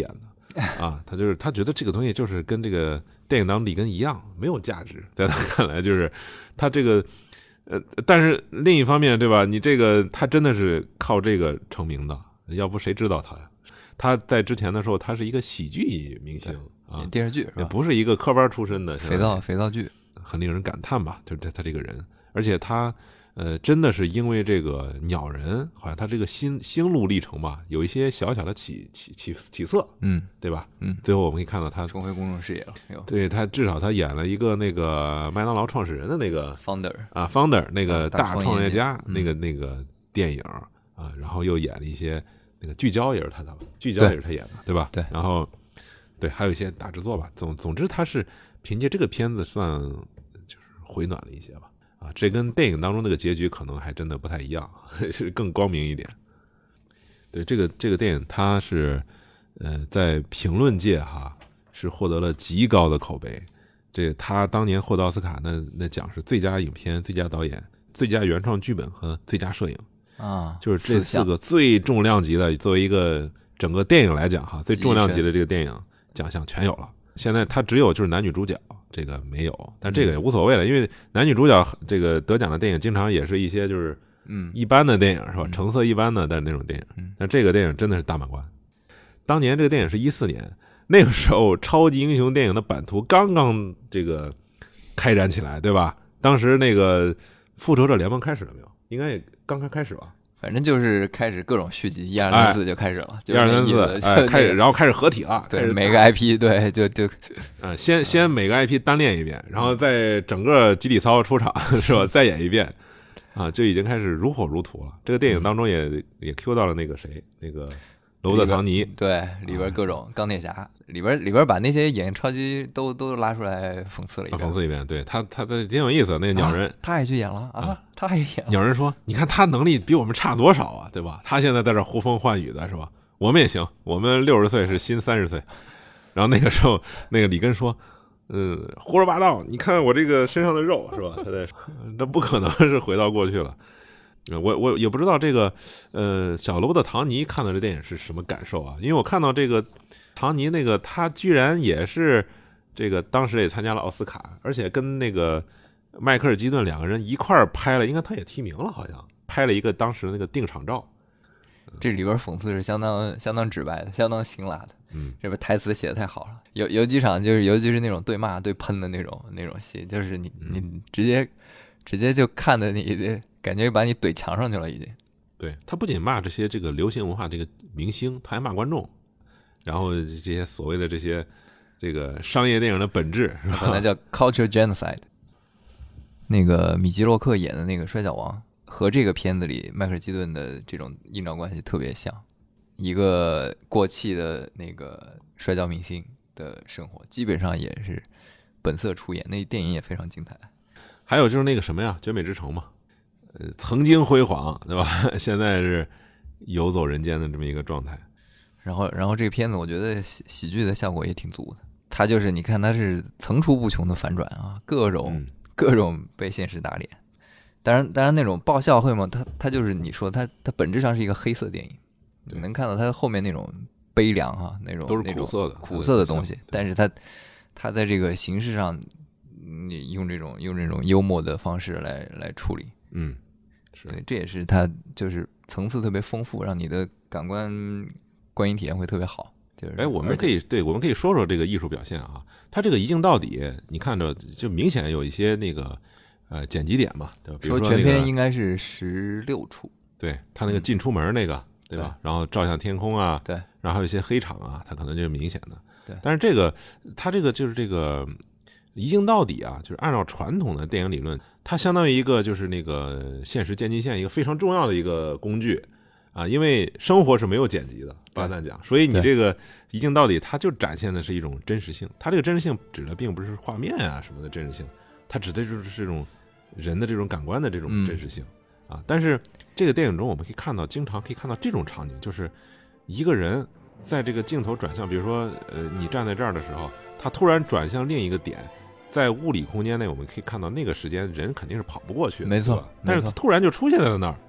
啊，他就是他觉得这个东西就是跟这个电影当中里根一样没有价值，在他看来就是他这个呃，但是另一方面对吧？你这个他真的是靠这个成名的，要不谁知道他呀？他在之前的时候，他是一个喜剧明星啊， 电视剧是吧？ 也不是一个科班出身的肥皂肥皂剧， 很令人感叹吧？就是他他这个人，而且他。呃，真的是因为这个鸟人，好像他这个心心路历程吧，有一些小小的起起起起色， 嗯， 对吧？ 嗯， 最后我们可以看到他重回公众视野了。 对他至少他演了一个那个麦当劳创始人的那个 founder 啊 founder 那个大创业家、 嗯、 那个那个电影啊，然后又演了一些那个聚焦也是他的，聚焦也是他演的， 对, 对吧？ 对， 然后对还有一些大制作吧，总总之他是凭借这个片子算就是回暖了一些吧。啊，这跟电影当中那个结局可能还真的不太一样，是更光明一点。对，这个这个电影它是呃在评论界哈是获得了极高的口碑。这他当年获得奥斯卡那那奖是最佳影片、最佳导演、最佳原创剧本和最佳摄影啊， 就是这四个最重量级的，作为一个整个电影来讲哈，最重量级的这个电影奖项全有了。现在他只有就是男女主角。这个没有，但这个也无所谓了，因为男女主角这个得奖的电影经常也是一些就是嗯一般的电影是吧？ 嗯、 成色一般的但那种电影， 嗯、 但这个电影真的是大满贯。当年这个电影是一四年，那个时候超级英雄电影的版图刚刚这个开展起来，对吧？当时那个复仇者联盟开始了没有？应该也刚刚开始吧。 反正就是开始各种续集，一二三四就开始了， 一二三四，哎，开始，然后开始合体了， 对，每个 I P， 对，就就， 啊，先先每个 I P 单练一遍，然后再整个集体操出场是吧？再演一遍，啊，就已经开始如火如荼了。这个电影当中也、嗯、也 Q 到了那个谁，那个罗伯特·唐尼， 对，里边各种钢铁侠，啊、里边里边把那些演超级都都拉出来讽刺了一遍， 讽刺一遍，对他他他挺有意思的。那个鸟人、 啊、他也去演了啊，啊他也演了。 鸟人说：“你看他能力比我们差多少啊，对吧？他现在在这呼风唤雨的是吧？我们也行，我们六十岁是新三十岁。”然后那个时候，那个里根说：“嗯，胡说八道！你看我这个身上的肉是吧？他在说，这不可能是回到过去了。”我我也不知道这个呃小罗伯特·唐尼看到这电影是什么感受啊？因为我看到这个唐尼那个他居然也是这个当时也参加了奥斯卡，而且跟那个迈克尔·基顿两个人一块儿拍了，应该他也提名了，好像拍了一个当时的那个定场照。 这里边讽刺是相当相当直白的，相当辛辣的。 嗯， 这边台词写的太好了，有有几场就是尤其是那种对骂对喷的那种那种戏，就是你你直接直接就看的你感觉把你怼墙上去了已经。 对，他不仅骂这些这个流行文化这个明星，他还骂观众，然后这些所谓的这些这个商业电影的本质是吧？ 可能叫 culture genocide。那个米基洛克演的那个摔跤王和这个片子里迈克尔基顿的这种映照关系特别像，一个过气的那个摔跤明星的生活，基本上也是本色出演，那电影也非常精彩。 还有就是那个什么呀，绝美之城嘛，呃，曾经辉煌，对吧？现在是游走人间的这么一个状态。 然后，然后这个片子我觉得喜喜剧的效果也挺足的。它就是你看，它是层出不穷的反转啊，各种、嗯、各种被现实打脸。当然，当然那种爆笑会嘛，它它就是你说它它本质上是一个黑色电影，你能看到它后面那种悲凉哈、啊，那种都是苦涩的苦涩的东西，但是它它在这个形式上。你用这种用这种幽默的方式来来处理， 嗯，是对，这也是它就是层次特别丰富，让你的感官观影体验会特别好。就是， 哎，我们可以对，我们可以说说这个艺术表现啊。它这个一镜到底，你看着就明显有一些那个呃剪辑点嘛，对吧？比如说、那个、 全片应该是十六处， 对，它那个进出门那个，嗯、对吧？对然后照向天空啊， 对， 然后还有一些黑场啊，它可能就是明显的。 对， 但是这个它这个就是这个。一镜到底啊，就是按照传统的电影理论，它相当于一个就是那个现实渐进线一个非常重要的一个工具啊，因为生活是没有剪辑的，八蛋讲，所以你这个一镜到底，它就展现的是一种真实性。它这个真实性指的并不是画面啊什么的真实性，它指的就是这种人的这种感官的这种真实性、嗯、啊。但是这个电影中我们可以看到，经常可以看到这种场景，就是一个人在这个镜头转向，比如说呃你站在这儿的时候，他突然转向另一个点。在物理空间内，我们可以看到那个时间人肯定是跑不过去的， 没错。 但是他突然就出现在了那儿，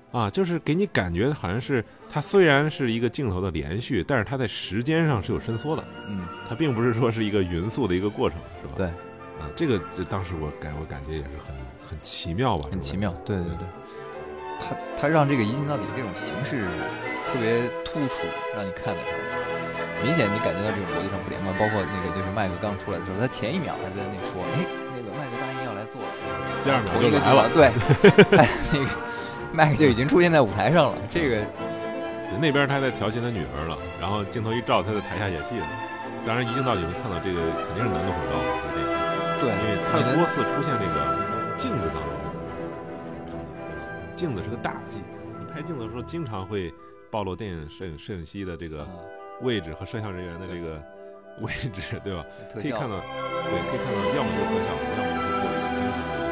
啊，就是给你感觉好像是它虽然是一个镜头的连续，但是它在时间上是有伸缩的， 嗯， 它并不是说是一个匀速的一个过程，是吧？ 对， 啊，这个这当时我感我感觉也是很很奇妙吧， 很奇妙，对对对，他他让这个一镜到底这种形式特别突出，让你看的时候，明显你感觉到这种逻辑上不连贯，包括那个就是麦克刚出来的时候，他前一秒还在那说，哎，那个麦克答应要来做， 第二秒就来了，对，哎，那个麦克就已经出现在舞台上了，这个那边他在调戏他女儿了，然后镜头一照，他在台下演戏了。当然，一镜到底能看到这个肯定是难度很高的这个， 对， 因为他多次出现那个镜子当中的场景，对吧？镜子是个大忌，你拍镜子的时候经常会暴露电影摄影摄影机的这个位置和摄像人员的这个位置，对吧？可以看到，对，可以看到，要么就是特效，要么就是做一个精心的。